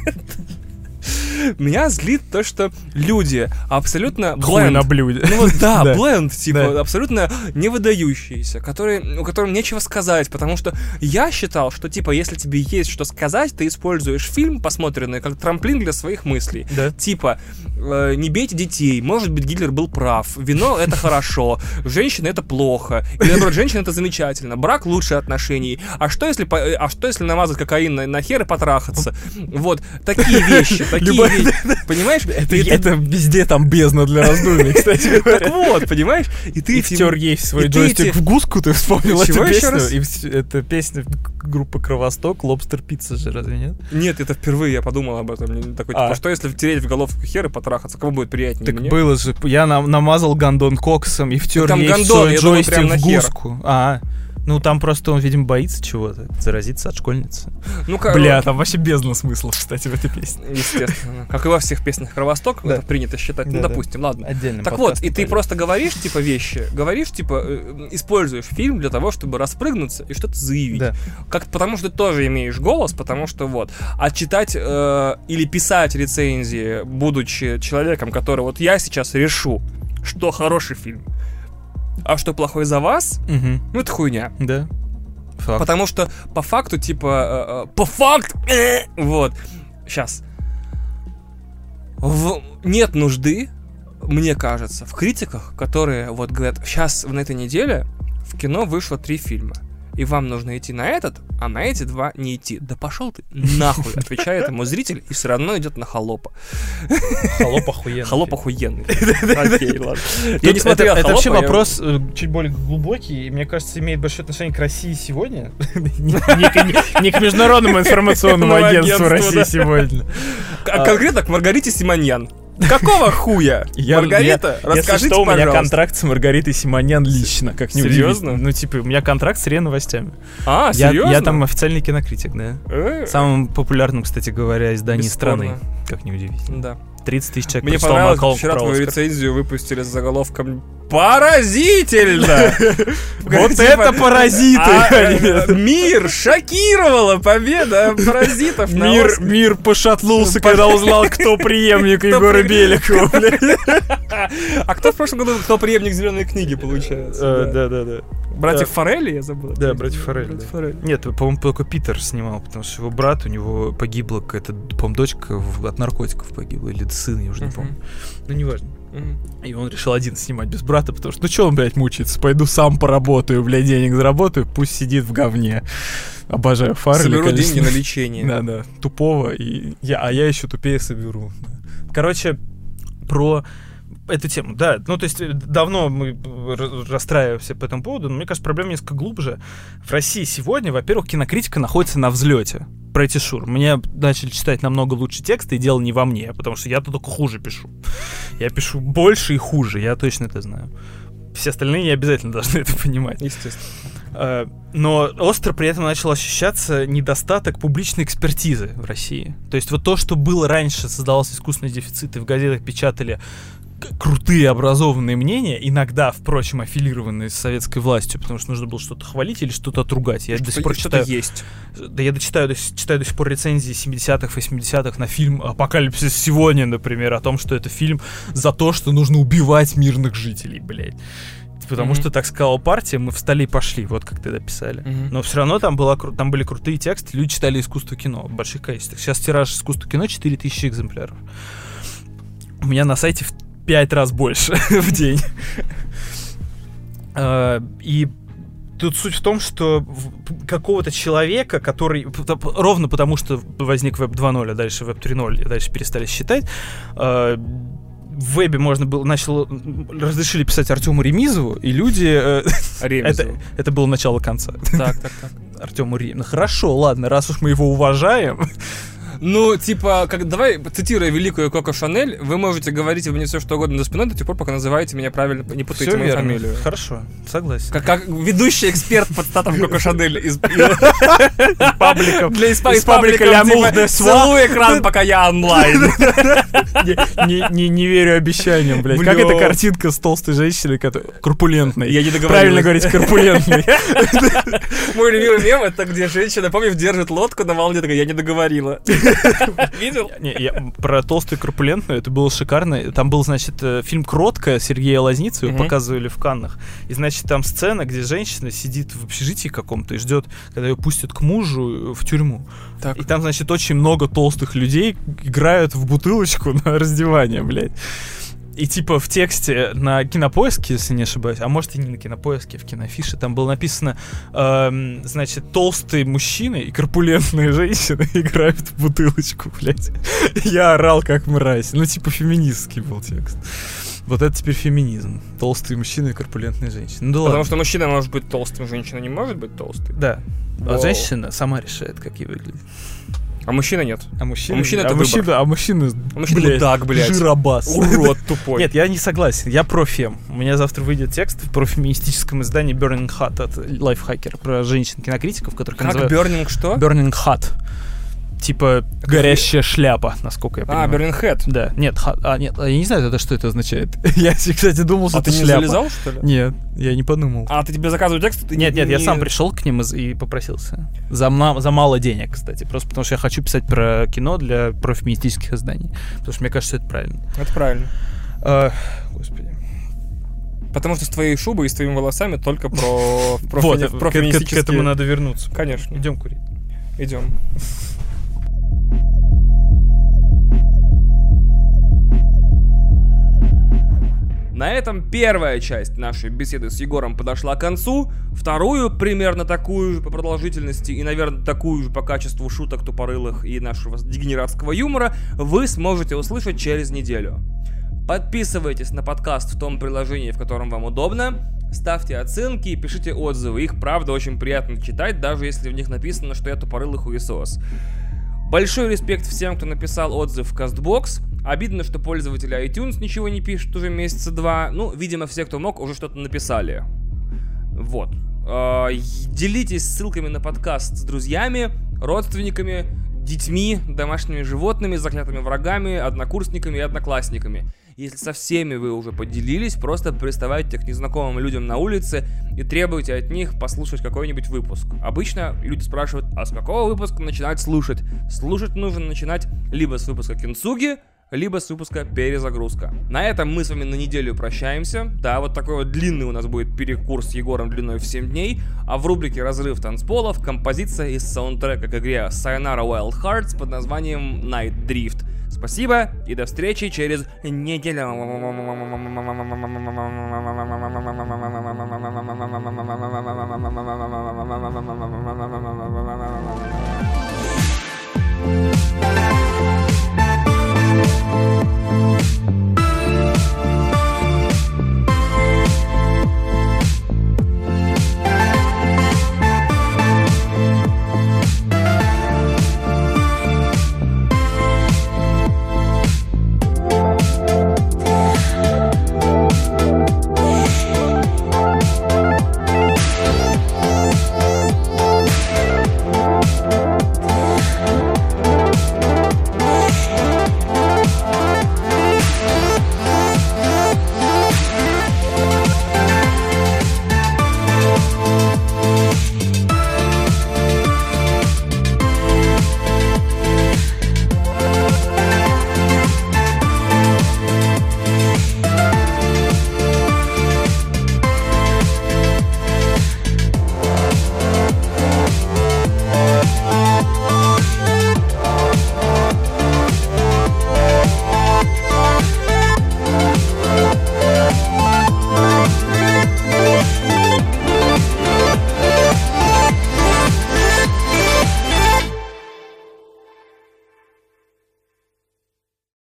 Меня злит то, что люди абсолютно хуй на блюде. Ну вот да, бленд, типа, абсолютно не выдающиеся, у которым нечего сказать, потому что я считал, что, типа, если тебе есть что сказать, ты используешь фильм, посмотренный, как трамплин для своих мыслей. Да. Типа, не бейте детей, может быть, Гитлер был прав, вино — это хорошо, женщина — это плохо, или, наоборот, женщина — это замечательно, брак — лучше отношений, а что если намазать кокаин на хер и потрахаться? Вот, такие вещи, понимаешь? Это везде там бездна для раздумий, кстати. Так вот, понимаешь? И ты втер ей свой джойстик в гуску, ты вспомнил эту песню. Это песня группы Кровосток, Лобстер Пицца же, разве нет? Нет, это впервые я подумал об этом. Такой, типа, что если втереть в головку хер и потрахаться? Кому будет приятнее? Так было же. Я намазал гондон коксом и втер ей свой джойстик в гуску. Ну, там просто он, видимо, боится чего-то, заразиться от школьницы. Бля, там вообще бездна смыслов, кстати, в этой песне. Естественно. Как и во всех песнях «Кровосток», это принято считать. Ну, допустим, ладно. Отдельный так вот, и ты просто говоришь, типа, вещи, используешь фильм для того, чтобы распрыгнуться и что-то заявить. Да. Потому что ты тоже имеешь голос, потому что вот. А читать или писать рецензии, будучи человеком, который вот я сейчас решу, что хороший фильм, а что плохой за вас, ну это хуйня. Да. Факт. Потому что по факту, типа, вот, сейчас. Нет нужды, мне кажется, в критиках, которые вот говорят, сейчас на этой неделе в кино вышло 3 фильма, и вам нужно идти на этот, а на эти 2 не идти. Да пошел ты нахуй, отвечает ему зритель, и все равно идет на «Холопа». «Холоп» охуенный. «Холоп» охуенный. Окей, ладно. Я не смотрел «Холопа». Это вообще вопрос чуть более глубокий, и, мне кажется, имеет большое отношение к России сегодня. Не к Международному информационному агентству России сегодня. Конкретно к Маргарите Симоньян. Какого хуя? Маргарита, расскажите, если что, у меня контракт с Маргаритой Симоньян лично, как не Серьезно? Ну, типа, у меня контракт с РИА Новостями. Серьезно? Я там официальный кинокритик, да. Самым популярным, кстати говоря, изданием страны. Как не удивительно. Да. 30 тысяч человек прочитал Макалку про Оскар. Мне понравилось, вчера твою рецензию выпустили с заголовком «Поразительно!» Вот это паразиты! Мир шокировала победа паразитов на Оскар. Мир пошатнулся, когда узнал, кто преемник Егора Беликова. А кто в прошлом году, кто преемник «Зеленой книги», получается? Да. Братьев Форелли, я забыл. Да, братьев Форелли. Нет, по-моему, только Питер снимал, потому что его брат, у него погибла какая-то, по-моему, дочка от наркотиков погибла, или сын, я уже не помню. Ну, неважно. И он решил один снимать без брата, потому что, ну что он, блядь, мучается? Пойду сам поработаю, блядь, денег заработаю, пусть сидит в говне. Обожаю Фаррелли. Соберу деньги на лечение. Да, тупого, а я еще тупее соберу. Короче, про эту тему, да. Ну, то есть, давно мы расстраиваемся по этому поводу, но мне кажется, проблема несколько глубже. В России сегодня, во-первых, кинокритика находится на взлете. Братья Шур. Мне начали читать намного лучше тексты, и дело не во мне, потому что я-то только хуже пишу. Я пишу больше и хуже, я точно это знаю. Все остальные не обязательно должны это понимать. Естественно. Но остро при этом начал ощущаться недостаток публичной экспертизы в России. То есть вот то, что было раньше, создавался искусственный дефицит, и в газетах печатали крутые образованные мнения, иногда, впрочем, аффилированные с советской властью, потому что нужно было что-то хвалить или что-то отругать. Я до сих пор читаю... есть. Да, я читаю до сих пор рецензии 70-х, 80-х на фильм «Апокалипсис сегодня», например, о том, что это фильм за то, что нужно убивать мирных жителей, блядь. Потому что так сказала партия, мы встали и пошли, вот как тогда писали. Но все равно там были крутые тексты, люди читали искусство кино в больших количествах. Сейчас тираж искусства кино 4000 экземпляров. У меня на сайте в 5 раз больше в день. И тут суть в том, что какого-то человека, который... Ровно потому, что возник веб 2.0, а дальше веб 3.0, и дальше перестали считать... В вебе можно было, разрешили писать Артему Ремизову, и люди... это было начало конца. Так. Артему Ремизову. Хорошо, ладно, раз уж мы его уважаем... Ну, типа, давай, цитируя великую Коко Шанель, вы можете говорить мне все, что угодно за спиной до тех пор, пока называете меня правильно, не путайте мою фамилию. Хорошо, согласен. Как ведущий эксперт под статом Коко Шанель из пабликов. Из паблика «Лямур де Сва». Целуй экран, пока я онлайн. Не верю обещаниям, блядь. Как эта картинка с толстой женщиной, которая корпулентной. Я не договорил. Правильно говорить, корпулентной. Мой любимый мем — это где женщина, помнишь, держит лодку на волне, такая: я не договорила. Видел? Не, про толстую и корпулентную, это было шикарно. Там был, значит, фильм «Кротко» Сергея Лазницы, его показывали в Каннах. И, значит, там сцена, где женщина сидит в общежитии каком-то и ждет, когда ее пустят к мужу в тюрьму. Так. И там, значит, очень много толстых людей играют в бутылочку на раздевание, блядь. И типа в тексте на Кинопоиске, если не ошибаюсь, а может и не на Кинопоиске, в Кинофише, там было написано, значит, толстые мужчины и корпулентные женщины играют в бутылочку, блядь. Я орал как мразь. Ну, типа феминистский был текст. Вот это теперь феминизм. Толстые мужчины и корпулентные женщины. Ну, да. Потому что мужчина может быть толстым, женщина не может быть толстой. Да. А женщина сама решает, как ей выглядит. А мужчина нет. А мужчина это выбор. А мужчина, мудак, блядь. Жиробас. Урод тупой. Нет, я не согласен. Я про фем. У меня завтра выйдет текст в профеминистическом издании Burning Hot от Lifehacker про женщин-кинокритиков, которых называют... Как Burning что? Burning Hot. Типа горящая шляпа, насколько я понимаю. Burning Head. Да. Нет, я не знаю, что это означает. Я, кстати, думал, что это шляпа. А ты не залезал, что ли? Нет, я не подумал. А ты тебе заказывают текст? Нет, я сам пришел к ним и попросился. За мало денег, кстати. Просто потому что я хочу писать про кино для профеминистических изданий. Потому что мне кажется, это правильно. Это правильно. Господи. Потому что с твоей шубой и с твоими волосами только про К профеминистические... этому надо вернуться. Конечно. Идем курить. Идем. На этом первая часть нашей беседы с Егором подошла к концу. Вторую, примерно такую же по продолжительности и, наверное, такую же по качеству шуток тупорылых и нашего дегенератского юмора, вы сможете услышать через неделю. Подписывайтесь на подкаст в том приложении, в котором вам удобно. Ставьте оценки и пишите отзывы. Их, правда, очень приятно читать, даже если в них написано, что я тупорылый хуесос. Большой респект всем, кто написал отзыв в CastBox. Обидно, что пользователи iTunes ничего не пишут уже месяца два. Ну, видимо, все, кто мог, уже что-то написали. Вот. Делитесь ссылками на подкаст с друзьями, родственниками, детьми, домашними животными, заклятыми врагами, однокурсниками и одноклассниками. Если со всеми вы уже поделились, просто приставайте к незнакомым людям на улице и требуйте от них послушать какой-нибудь выпуск. Обычно люди спрашивают, а с какого выпуска начинать слушать? Слушать нужно начинать либо с выпуска Кентсуги, либо с выпуска Перезагрузка. На этом мы с вами на неделю прощаемся. Да, вот такой вот длинный у нас будет перекурс с Егором длиной в 7 дней. А в рубрике «Разрыв танцполов» композиция из саундтрека к игре Sayonara Wild Hearts под названием Night Drift. Спасибо и до встречи через неделю.